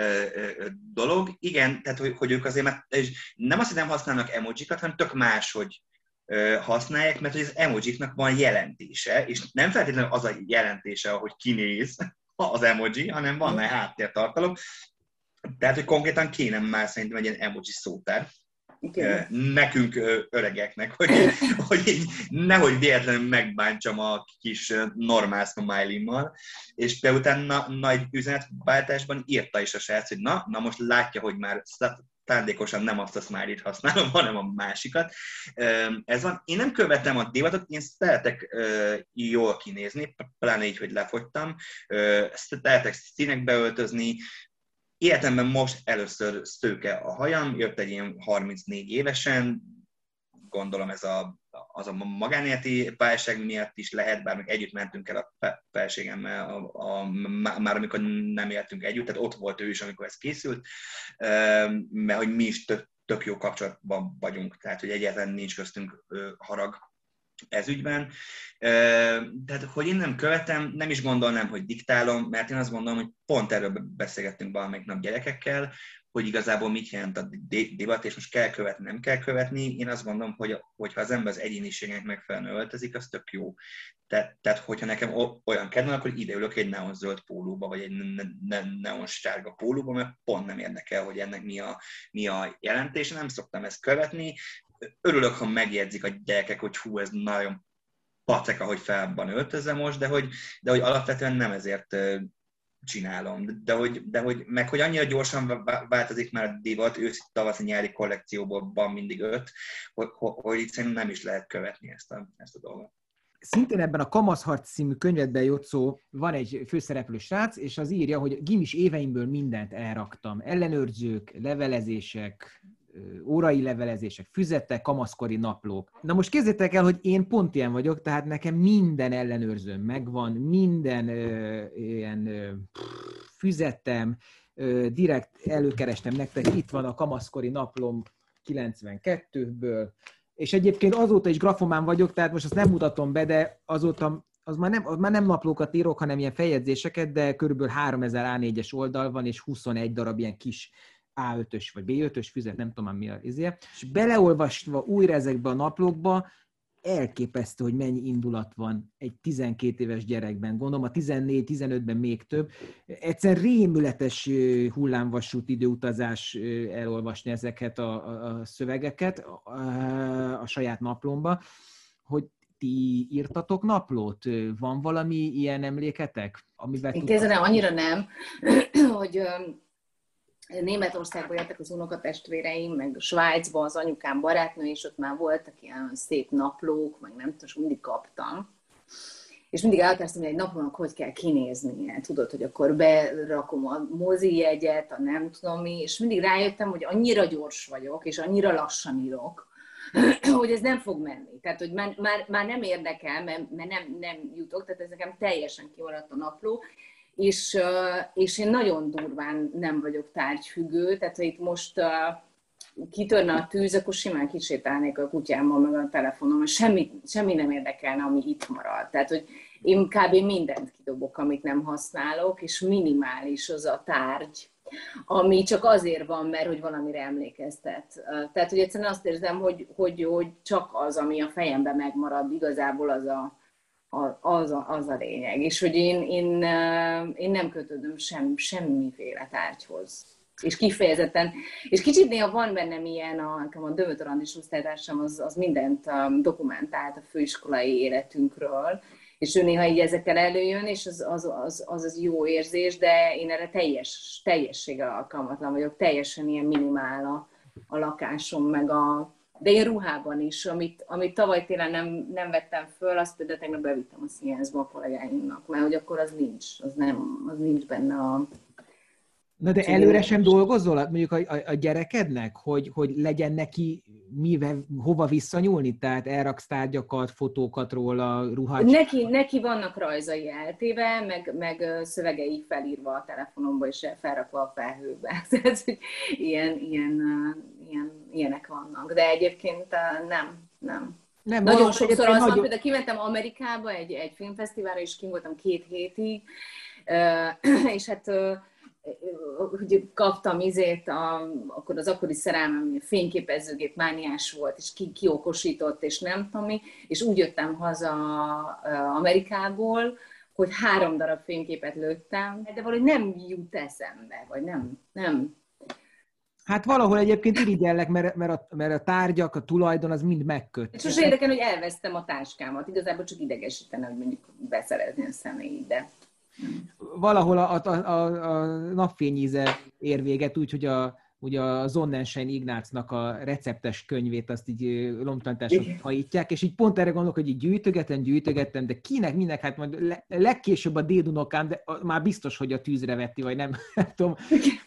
dolog. Igen, tehát hogy ők azért már, és nem azt, hogy nem használnak emojikat, hanem tök máshogy használják, mert hogy az emojiknak van jelentése, és nem feltétlenül az a jelentése, ahogy kinéz az emoji, hanem van egy háttértartalom. Tehát, hogy konkrétan kéne már szerintem egy ilyen emoji szótár. Okay. Nekünk öregeknek, hogy nehogy véletlenül megbántsam a kis normál smiley-mal, és de utána nagy üzenetváltásban írta is a srác, hogy na most látja, hogy már szándékosan nem azt a smiley-t használom, hanem a másikat. Ez van. Én nem követem a divatot, én szeretek jól kinézni, pláne így, hogy lefogytam, szeretek színekbe öltözni. Életemben most először szőke a hajam, jött egy ilyen 34 évesen, gondolom ez az a magánéleti válság miatt is lehet, bár még együtt mentünk el a felségemmel, már amikor nem éltünk együtt, tehát ott volt ő is, amikor ez készült, mert hogy mi is tök jó kapcsolatban vagyunk, tehát hogy egyáltalán nincs köztünk harag ez ügyben. Tehát, hogy én nem követem, nem is gondolnám, hogy diktálom, mert én azt gondolom, hogy pont erről beszélgettünk valamelyik nap gyerekekkel, hogy igazából mit jelent a divat, és most kell követni, nem kell követni. Én azt gondolom, hogy ha az ember az egyéniségnek megfelelően öltözik, az tök jó. Tehát, hogyha nekem olyan kedven, akkor ide ülök egy neonzöld pólóba, vagy egy neonsárga pólóba, mert pont nem érdekel, hogy ennek mi a jelentése, nem szoktam ezt követni. Örülök, ha megjegyzik a gyerekek, hogy hú, ez nagyon pacek, ahogy fel van öltözve most, de hogy alapvetően nem ezért csinálom. De hogy annyira gyorsan változik már a divat, őszi, tavaszi, nyári kollekcióból van mindig 5, hogy itt szerintem nem is lehet követni ezt a dolgot. Szintén ebben a Kamaszharc című könyvedben, Jocó, van egy főszereplő srác, és az írja, hogy gimis éveimből mindent elraktam. Ellenőrzők, levelezések, órai levelezések, füzetek, kamaszkori naplók. Na most képzeljétek el, hogy én pont ilyen vagyok, tehát nekem minden ellenőrzőm megvan, minden ilyen füzetem, direkt előkerestem nektek, itt van a kamaszkori naplóm 92-ből, és egyébként azóta is grafomán vagyok, tehát most azt nem mutatom be, de azóta az már nem naplókat írok, hanem ilyen feljegyzéseket, de körülbelül 3000 A4-es oldal van, és 21 darab ilyen kis A5-ös vagy B5-ös füzet, nem tudom mi a izé. És beleolvasva újra ezekbe a naplókba, elképesztő, hogy mennyi indulat van egy 12 éves gyerekben. Gondolom a 14-15-ben még több. Egyszerűen rémületes hullámvasút időutazás elolvasni ezeket a szövegeket a saját naplomba, hogy ti írtatok naplót? Van valami ilyen emléketek? Én kezdem, annyira nem, hogy Németországba jöttek az unokatestvéreim, meg Svájcba az anyukám barátnő, és ott már voltak ilyen szép naplók, meg nem tudom, mindig kaptam. És mindig elkezdtem, hogy egy naplónak hogy kell kinéznie. Tudod, hogy akkor berakom a mozi jegyet, a nem tudom mi, és mindig rájöttem, hogy annyira gyors vagyok, és annyira lassan írok, hogy ez nem fog menni. Tehát, hogy már nem érdekel, mert nem jutok, tehát ez nekem teljesen kimaradt a napló. És én nagyon durván nem vagyok tárgyfüggő, tehát ha itt most kitörne a tűz, akkor simán kisétálnék a kutyámmal, meg a telefonom, és semmi nem érdekelne, ami itt marad. Tehát, hogy én kb. Mindent kidobok, amit nem használok, és minimális az a tárgy, ami csak azért van, mert hogy valamire emlékeztet. Tehát, hogy egyszerűen azt érzem, hogy csak az, ami a fejemben megmarad, igazából az a lényeg. És hogy én nem kötődöm semmiféle tárgyhoz. És kifejezetten, és kicsit néha van bennem ilyen, a Dömötör Andis osztálytársam az mindent dokumentált a főiskolai életünkről, és ő néha így ezekkel előjön, és az jó érzés, de én erre teljességgel alkalmatlan vagyok, teljesen ilyen minimál a lakásom, meg de én ruhában is, amit tavaly télen nem vettem föl, azt például tegnap bevittem a színházba a kollégáimnak, mert hogy akkor az nincs benne a... Na de előre sem dolgozol mondjuk a gyerekednek, hogy legyen neki hova visszanyúlni? Tehát elraksz tárgyakat, fotókat róla, ruhát? Neki vannak rajzai eltéve, meg szövegei felírva a telefonomba, és felrakva a felhőbe. Tehát, hogy ilyenek vannak. De egyébként nem. Nagyon sokszor az van, például kimentem Amerikába egy filmfesztiválra, és kim voltam 2 hétig, és hát hogy kaptam akkor az akkori szerelmem fényképezőgép mániás volt, és kiokosított, és nem tudom mi, és úgy jöttem haza Amerikából, hogy 3 darab fényképet lőttem, de valahogy nem jut eszembe, vagy nem. Hát valahol egyébként irigyellek, mert a tárgyak, a tulajdon az mind megköt. Sose érdekel, hogy elvesztem a táskámat. Igazából csak idegesítene, hogy mondjuk beszerezni a személyt, de... Valahol a napfényíze ér véget, úgy, hogy a Sonnenschein Ignácnak a receptes könyvét azt így lomtalanításra hajítják, és így pont erre gondolok, hogy így gyűjtögettem, de kinek, hát majd legkésőbb a dédunokám, de már biztos, hogy a tűzre vetti, vagy nem tudom.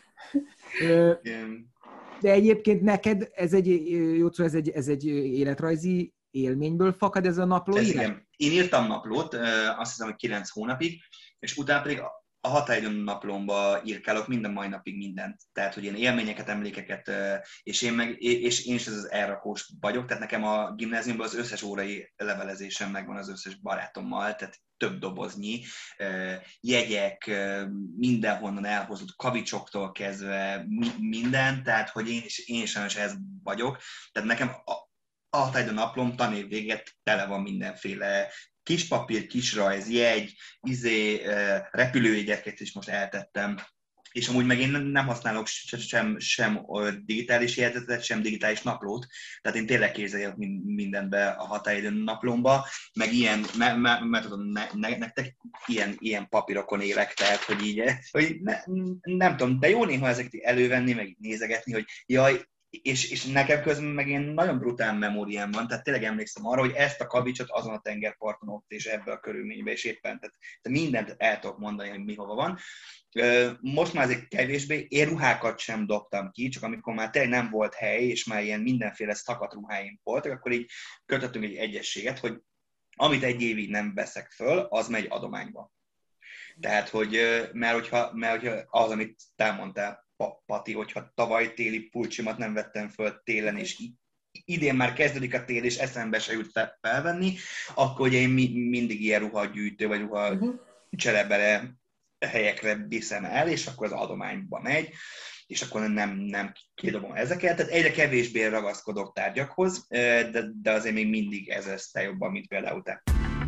De egyébként neked ez egy életrajzi élményből fakad ez a napló? Igen. Én írtam naplót, azt hiszem, hogy 9 hónapig, és utána pedig a határidőn naplomba írkálok minden mai napig mindent. Tehát, hogy én élményeket, emlékeket, és én is ez az elrakós vagyok, tehát nekem a gimnáziumban az összes órai levelezésem megvan az összes barátommal, tehát több doboznyi, jegyek, mindenhonnan elhozott kavicsoktól kezdve minden, tehát, hogy én is ez vagyok. Tehát nekem a határidő naplom tanév véget tele van mindenféle kis papír, kis rajz, jegy, repülőjegyeket is most eltettem. És amúgy meg én nem használok sem digitális jegyzetet, sem digitális naplót, tehát én tényleg kézzel mindenbe a határidő naplomba, meg ilyen, mert tudom, nektek ilyen papírokon élek, tehát hogy így, hogy nem tudom, de jó néha ezeket elővenni, meg nézegetni, hogy jaj, és nekem közben meg ilyen nagyon brutál memóriám van, tehát tényleg emlékszem arra, hogy ezt a kavicsot azon a tengerparton ott és ebbe a körülménybe, és éppen, tehát mindent el tudok mondani, hogy mi hova van. Most már azért kevésbé, én ruhákat sem dobtam ki, csak amikor már tényleg nem volt hely, és már ilyen mindenféle szakadt ruháim voltak, akkor így kötöttünk egy egyességet, hogy amit egy évig nem veszek föl, az megy adományba. Tehát, hogy mert hogyha az, amit te mondtál, Pati, hogyha tavaly téli pulcsimat nem vettem föl télen, és idén már kezdődik a tél, és eszembe se jut felvenni, akkor ugye én mindig ilyen ruhagyűjtő, vagy ruhacserebere helyekre viszem el, és akkor az adományba megy, és akkor nem kidobom ezeket. Tehát egyre kevésbé ragaszkodok tárgyakhoz, de azért még mindig ez lesz jobban, mint például te.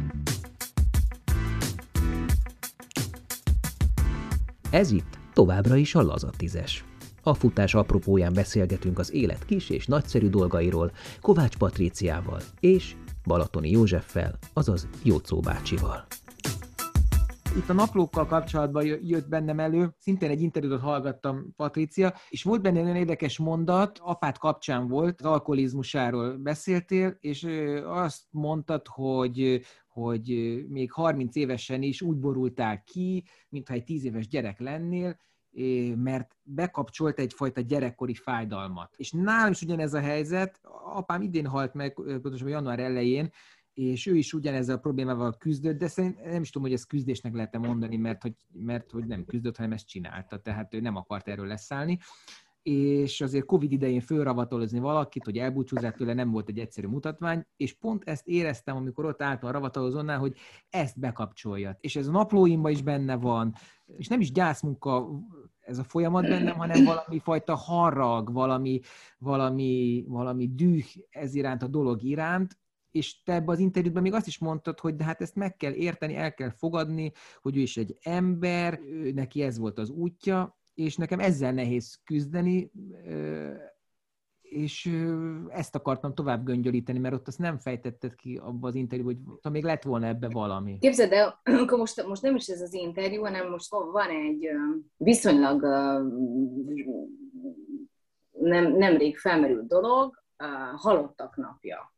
Ez itt továbbra is a Laza 10-es. A futás apropóján beszélgetünk az élet kis és nagyszerű dolgairól Kovács Patríciával és Balatoni Józseffel, azaz Jóczó bácsival. Itt a naplókkal kapcsolatban jött bennem elő, szintén egy interjút hallgattam, Patrícia, és volt benne egy érdekes mondat, apád kapcsán volt, az alkoholizmusáról beszéltél, és azt mondtad, hogy még 30 évesen is úgy borultál ki, mintha egy 10 éves gyerek lennél, mert bekapcsolt egyfajta gyerekkori fájdalmat. És nálam is ugyanez a helyzet, apám idén halt meg, pontosan január elején, és ő is ugyanezzel a problémával küzdött, de szerintem nem is tudom, hogy ezt küzdésnek lehet-e mondani, mert hogy nem küzdött, hanem ezt csinálta, tehát ő nem akart erről leszállni. És azért Covid idején fölravatolozni valakit, hogy elbúcsúzzák tőle, nem volt egy egyszerű mutatvány, és pont ezt éreztem, amikor ott álltam a ravatalozónál, hogy ezt bekapcsoljad. És ez a naplóimban is benne van, és nem is gyászmunka ez a folyamat bennem, hanem valami fajta harag, valami düh ez iránt, a dolog iránt, és te ebben az interjúban még azt is mondtad, hogy de hát ezt meg kell érteni, el kell fogadni, hogy ő is egy ember, neki ez volt az útja, és nekem ezzel nehéz küzdeni, és ezt akartam tovább göngyölíteni, mert ott azt nem fejtetted ki abban az interjúban, hogy ha még lett volna ebbe valami. Képzeld el, akkor most nem is ez az interjú, hanem most van egy viszonylag nemrég felmerült dolog, halottak napja.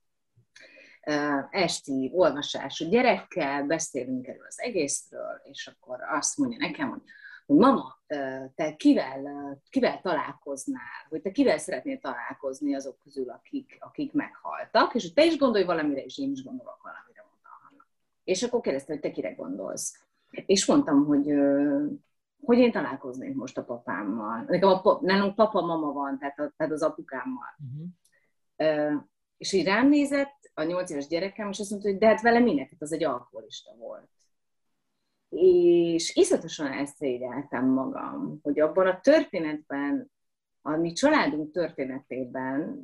Esti olvasású gyerekkel beszélünk erről az egészről, és akkor azt mondja nekem, hogy mama, te kivel találkoznál, hogy te kivel szeretnél találkozni azok közül, akik meghaltak, és hogy te is gondolj valamire, és én is gondolok valamire, mondta Hanna. És akkor kérdezte, hogy te kire gondolsz. És mondtam, hogy én találkoznék most a papámmal. Nálunk papa-mama van, tehát az apukámmal. És így rám nézett a 8 éves gyerekem, és azt mondta, hogy de hát vele minek? Hát az egy alkoholista volt. És iszonyatosan elszégyeltem magam, hogy abban a történetben, a mi családunk történetében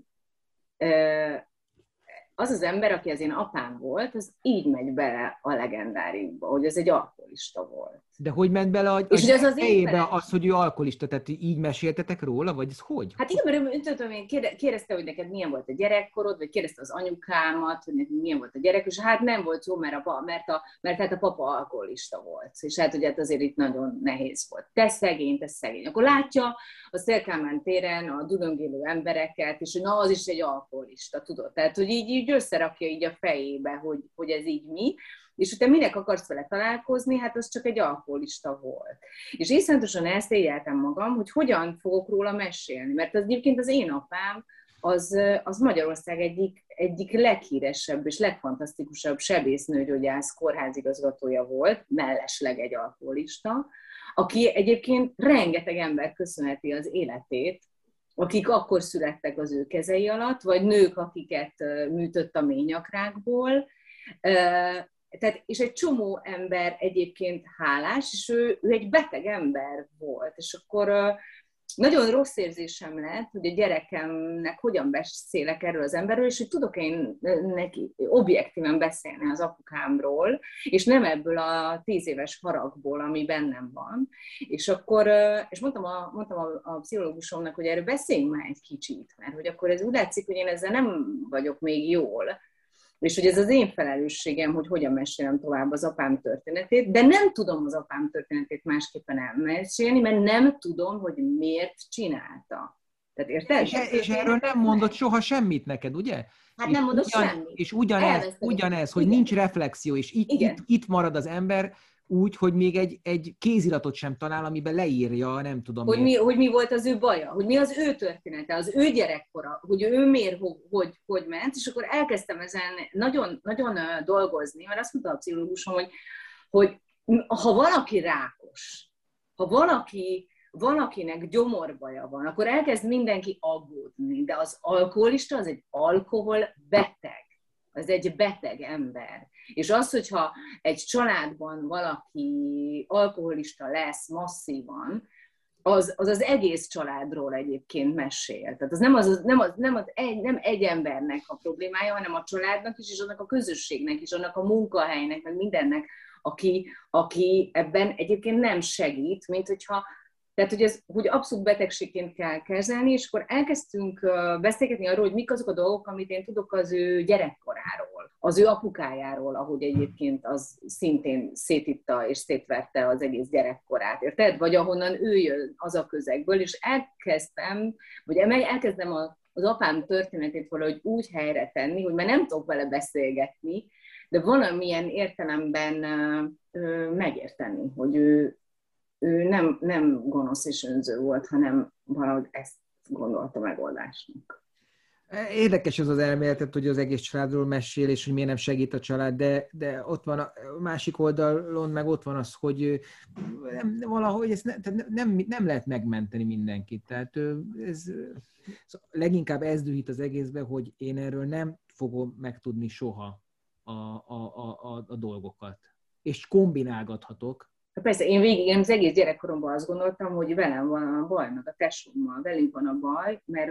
az az ember, aki az én apám volt, az így megy bele a legendáriumba, hogy ez egy alkoholista volt. De hogy ment bele a fejébe az, hogy ő alkoholista, tehát így meséltetek róla, vagy ez hogy? Hát igen, mert én kérdezte, hogy neked milyen volt a gyerekkorod, vagy kérdezte az anyukámat, hogy neked milyen volt a gyerek, és hát nem volt jó, mert hát a papa alkoholista volt. És hát ugye azért itt nagyon nehéz volt. Te szegény. Akkor látja a Széll-Kálmán téren a dudongélő embereket, és hogy na, az is egy alkoholista, tudod? Tehát, hogy így összerakja így a fejébe, hogy ez így mi. És hogy te minek akarsz vele találkozni, hát az csak egy alkoholista volt. És iszonyatosan elszégyeltem magam, hogy hogyan fogok róla mesélni, mert az egyébként az én apám, az Magyarország egyik leghíresebb és legfantasztikusabb sebésznőgyógyász kórházigazgatója volt, mellesleg egy alkoholista, aki egyébként rengeteg ember köszönheti az életét, akik akkor születtek az ő kezei alatt, vagy nők, akiket műtött a ményakrákból. Tehát, és egy csomó ember egyébként hálás, és ő egy beteg ember volt. És akkor nagyon rossz érzésem lett, hogy a gyerekemnek hogyan beszélek erről az emberről, és hogy tudok én neki objektíven beszélni az apukámról, és nem ebből a 10 éves haragból, ami bennem van. És akkor, és mondtam a pszichológusomnak, hogy erről beszéljünk már egy kicsit, mert hogy akkor ez úgy látszik, hogy én ezzel nem vagyok még jól, és hogy ez az én felelősségem, hogy hogyan mesélem tovább az apám történetét, de nem tudom az apám történetét másképpen elmesélni, mert nem tudom, hogy miért csinálta. Tehát érted? És erről nem mondott soha semmit neked, ugye? Hát nem mondott semmit. És ugyanez, hogy nincs reflexió, és itt marad az ember úgy, hogy még egy kéziratot sem talál, amiben leírja, nem tudom hogy mi volt az ő baja, hogy mi az ő története, az ő gyerekkora, hogy ő miért, hogy ment, és akkor elkezdtem ezen nagyon, nagyon dolgozni, mert azt mondta a pszichológusom, hogy ha valaki rákos, ha valakinek gyomorbaja van, akkor elkezd mindenki aggódni, de az alkoholista az egy alkoholbeteg. Az egy beteg ember. És az, hogyha egy családban valaki alkoholista lesz masszívan, az egész családról egyébként mesél. Tehát az nem egy embernek a problémája, hanem a családnak is, és annak a közösségnek is, annak a munkahelynek, meg mindennek, aki ebben egyébként nem segít, mint hogyha tehát, hogy abszolút betegségként kell kezelni, és akkor elkezdtünk beszélgetni arról, hogy mik azok a dolgok, amit én tudok az ő gyerekkoráról, az ő apukájáról, ahogy egyébként az szintén szétitta és szétverte az egész gyerekkorát, érted? Vagy ahonnan ő jön az a közegből, és elkezdem az apám történetét valahogy úgy helyre tenni, hogy már nem tudok vele beszélgetni, de valamilyen értelemben megérteni, hogy ő nem gonosz és önző volt, hanem valahogy ezt gondolta megoldásnak. Érdekes az elméletet, hogy az egész családról mesél, és hogy miért nem segít a család, de ott van a másik oldalon, meg ott van az, hogy valahogy nem lehet megmenteni mindenkit. Tehát leginkább ez dühít az egészben, hogy én erről nem fogom megtudni soha a dolgokat. És kombinálgathatok. Persze, én az egész gyerekkoromban azt gondoltam, hogy velem van a baj, meg a tesómmal, velünk van a baj, mert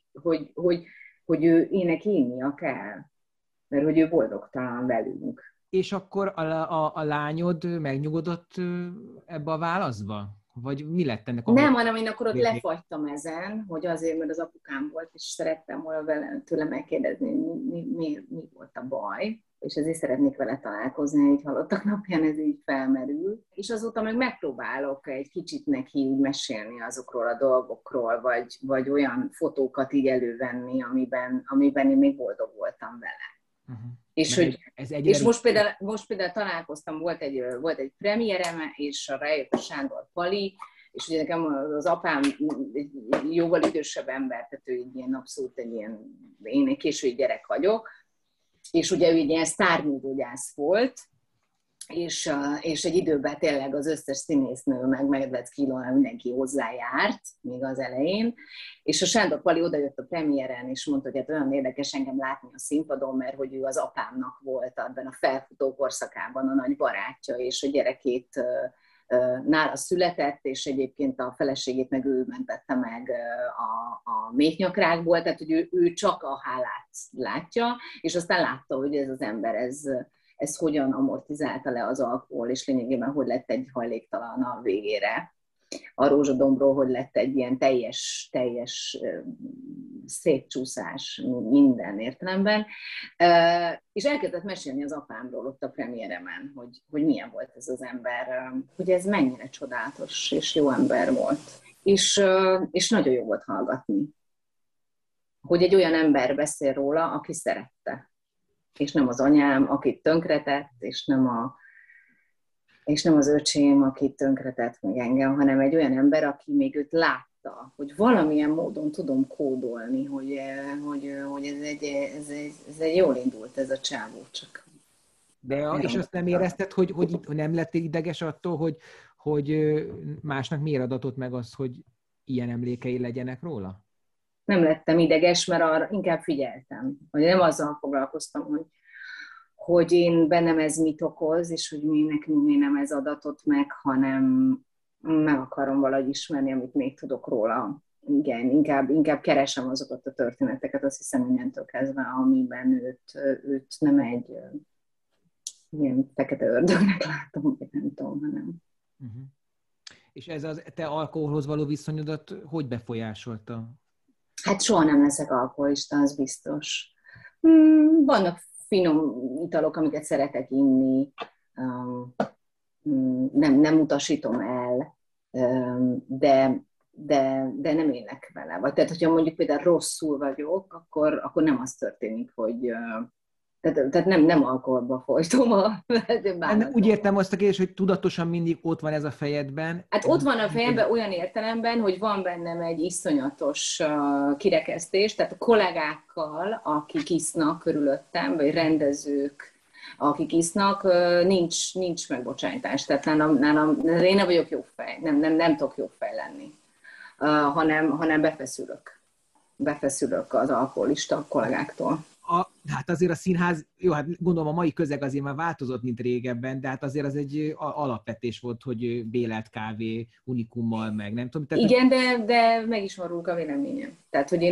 hogy ő neki innia kell, mert hogy ő boldogtalan velünk. És akkor a lányod megnyugodott ebbe a válaszba? Vagy mi lett ennek a... Nem, hanem én akkor ott lefagytam ezen, hogy azért, mert az apukám volt, és szerettem volna tőle megkérdezni, mi volt a baj, és ezért szeretnék vele találkozni, így halottak napján ez így felmerül. És azóta meg megpróbálok egy kicsit neki így mesélni azokról a dolgokról, vagy olyan fotókat így elővenni, amiben én még boldog voltam vele. Uh-huh. És hogy És most például találkoztam, volt egy premierem, és arra eljött a Sándor Pali, és ugye nekem az apám egy jóval idősebb ember, tehát ő egy ilyen abszolút én egy késői gyerek vagyok, és ugye ő egy ilyen sztárműgyógyász volt, és egy időben tényleg az összes színésznő, meg Medvecki Ilona, mindenki hozzájárt, még az elején, és a Sándor Pali odajött a premiéren, és mondta, hogy hát olyan érdekes engem látni a színpadon, mert hogy ő az apámnak volt abban a felfutó korszakában a nagy barátja, és a gyerekét nála született, és egyébként a feleségét meg ő mentette meg a méhnyakrákból, tehát hogy ő csak a hálát látja, és aztán látta, hogy ez az ember, ez hogyan amortizálta le az alkohol, és lényegében hogy lett egy hajléktalan a végére. A Rózsadombról, hogy lett egy ilyen teljes szétcsúszás minden értelemben. És elkezdett mesélni az apámról ott a premiéremen, hogy milyen volt ez az ember, hogy ez mennyire csodálatos és jó ember volt. És nagyon jó volt hallgatni, hogy egy olyan ember beszél róla, aki szerette. És nem az anyám, akit tönkretett, és nem az öcsém, akit tönkretett meg engem, hanem egy olyan ember, aki még őt látta, hogy valamilyen módon tudom kódolni, hogy ez egy jól indult ez a csávó, csak. És azt nem érezted, hogy nem lettél ideges attól, hogy másnak miért adatott meg az, hogy ilyen emlékei legyenek róla? Nem lettem ideges, mert arra inkább figyeltem. Hogy nem azzal foglalkoztam, hogy én bennem ez mit okoz, és hogy nekünk nem ez adatott meg, hanem meg akarom valahogy ismerni, amit még tudok róla. Igen, inkább keresem azokat a történeteket, azt hiszem mindentől kezdve, amiben őt nem egy ilyen fekete ördögnek látom, vagy nem tudom, hanem. Uh-huh. És ez az te alkoholhoz való viszonyodat hogy befolyásolta? Hát soha nem leszek alkoholista, az biztos. Vannak finom italok, amiket szeretek inni, nem utasítom el, de nem élek vele. Vagy tehát, hogyha mondjuk például rosszul vagyok, akkor nem az történik, hogy... Tehát nem alkoholba folytom a bánatot. Úgy értem azt a kérdést, hogy tudatosan mindig ott van ez a fejedben. Hát ott van a fejemben olyan értelemben, hogy van bennem egy iszonyatos kirekesztés, tehát a kollégákkal, akik isznak körülöttem, vagy rendezők, akik isznak, nincs megbocsájtás. Tehát nálam én nem vagyok jó fej, nem tudok jó fej lenni, hanem befeszülök az alkoholista kollégáktól. Hát azért a színház, jó, hát gondolom a mai közeg azért már változott, mint régebben, de hát azért az egy alapvetés volt, hogy bélelt kávé, unikummal, meg nem tudom. Tehát, igen, de meg is marulok a véleményem. Tehát, hogy én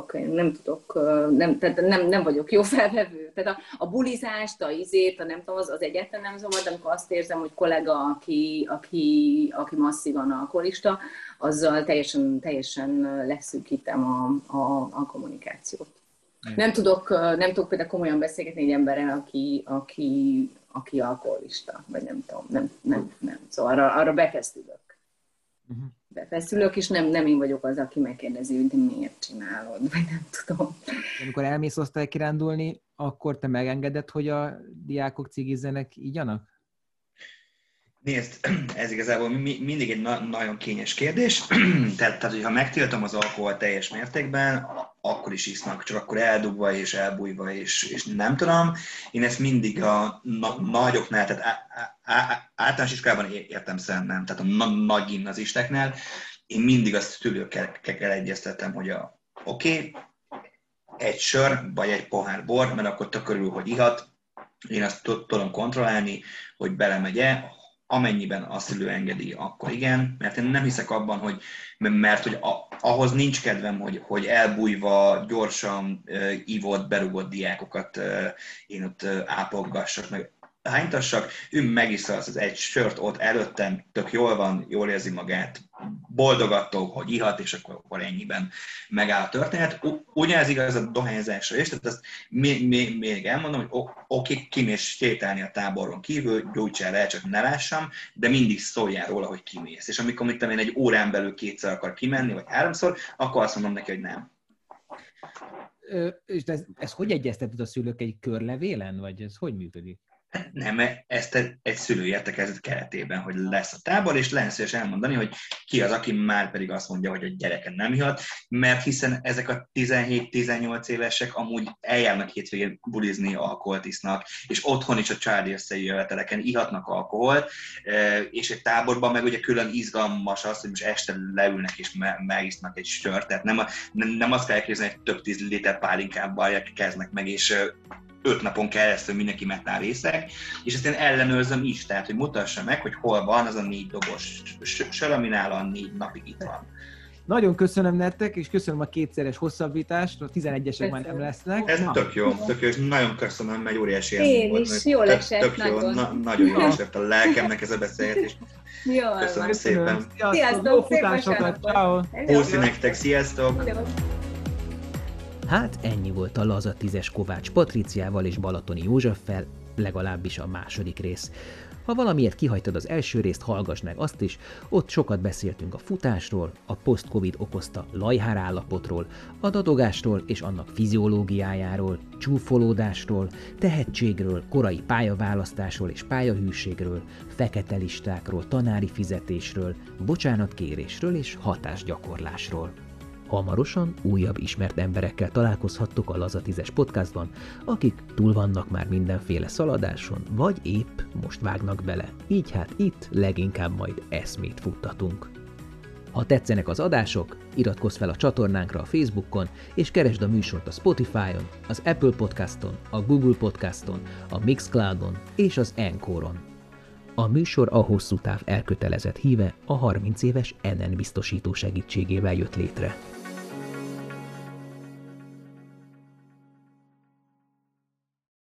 nem vagyok jó felvevő. Tehát a bulizást, a nem tudom, az egyáltalán nem zavar, de amikor azt érzem, hogy kollega, aki masszívan alkoholista, azzal teljesen leszűkítem a kommunikációt. Nem tudok például komolyan beszélgetni egy emberrel, aki alkoholista, vagy nem tudom, nem. Szóval arra befeszülök. Uh-huh. Befeszülök, és nem én vagyok az, aki megkérdezi, hogy de miért csinálod, vagy nem tudom. Amikor elmész osztálykirándulni, akkor te megengeded, hogy a diákok cigizzenek, igyanak? Nézd, ez igazából mindig egy nagyon kényes kérdés. Tehát, hogyha megtiltom az alkohol teljes mértékben, akkor is isznak, csak akkor eldugva és elbújva, és nem tudom. Én ezt mindig a nagyoknál, tehát általános iskolában értelemszerűen nem, tehát a nagy gimnazistáknál, én mindig azt tőlőkkel egyeztettem, hogy oké, egy sör vagy egy pohár bor, mert akkor tök örül, hogy ihat, én azt tudom kontrollálni, hogy belemegye, amennyiben a szülő engedi, akkor igen, mert én nem hiszek abban, hogy ahhoz nincs kedvem, hogy elbújva, gyorsan ívott, berugott diákokat én ott ápolgassak, meg hánytassak, ő megissza az egy sört ott előttem, tök jól van, jól érzi magát, boldog attól, hogy ihat, és akkor ennyiben megáll a történet. Ugyanez igaz a dohányzásra is, tehát azt még elmondom, hogy oké, kimész sétálni a táboron kívül, gyújtsál el, csak ne lássam, de mindig szóljál róla, hogy kimész. És amikor én egy órán belül 2-szer akar kimenni, vagy 3-szor, akkor azt mondom neki, hogy nem. És ez hogy egyeztetett a szülők egy körlevélen, vagy ez hogy működik? Nem, ezt egy szülő értekezett keretében, hogy lesz a tábor, és lehet szívesen elmondani, hogy ki az, aki már pedig azt mondja, hogy a gyereken nem ihat, mert hiszen ezek a 17-18 évesek amúgy eljárnak hétvégén bulizni, alkoholt isznak, és otthon is a családi összejöveteleken ihatnak alkoholt, és egy táborban meg ugye külön izgalmas az, hogy most este leülnek és megisznak egy sört, tehát nem azt kell elképzelni, hogy több 10 liter pálinkával kezdnek meg, és 5 napon keresztül mindenki metál részek, és ezt én ellenőrzöm is, tehát hogy mutassa meg, hogy hol van az a 4 dobos sör, ami nála 4 napig itt van. Nagyon köszönöm nektek, és köszönöm a 2-szeres hosszabbítást, a 11-esek már nem lesznek. Ez tök jó, és nagyon köszönöm, egy óriási élmény volt. Én is, jól esett, tök jó, nagyon jól esett a lelkemnek ez a beszélgetés. Köszönöm szépen. Sziasztok, jó futásokat, ciao. Puszi nektek, sziasztok! Hát ennyi volt a Laza 10-es Kovács Patriciával és Balatoni Józseffel, legalábbis a második rész. Ha valamiért kihagytad az első részt, hallgass meg azt is, ott sokat beszéltünk a futásról, a post-covid okozta lajhár állapotról, a dadogásról és annak fiziológiájáról, csúfolódásról, tehetségről, korai pályaválasztásról és pályahűségről, fekete listákról, tanári fizetésről, bocsánatkérésről és hatásgyakorlásról. Hamarosan újabb ismert emberekkel találkozhattok a Laza 10-es podcastban, akik túl vannak már mindenféle szaladáson, vagy épp most vágnak bele. Így hát itt leginkább majd eszmét futtatunk. Ha tetszenek az adások, iratkozz fel a csatornánkra a Facebookon, és keresd a műsort a Spotify-on, az Apple Podcaston, a Google Podcaston, a Mixcloudon és az Anchoron. A műsor a hosszú táv elkötelezett híve a 30 éves NN biztosító segítségével jött létre.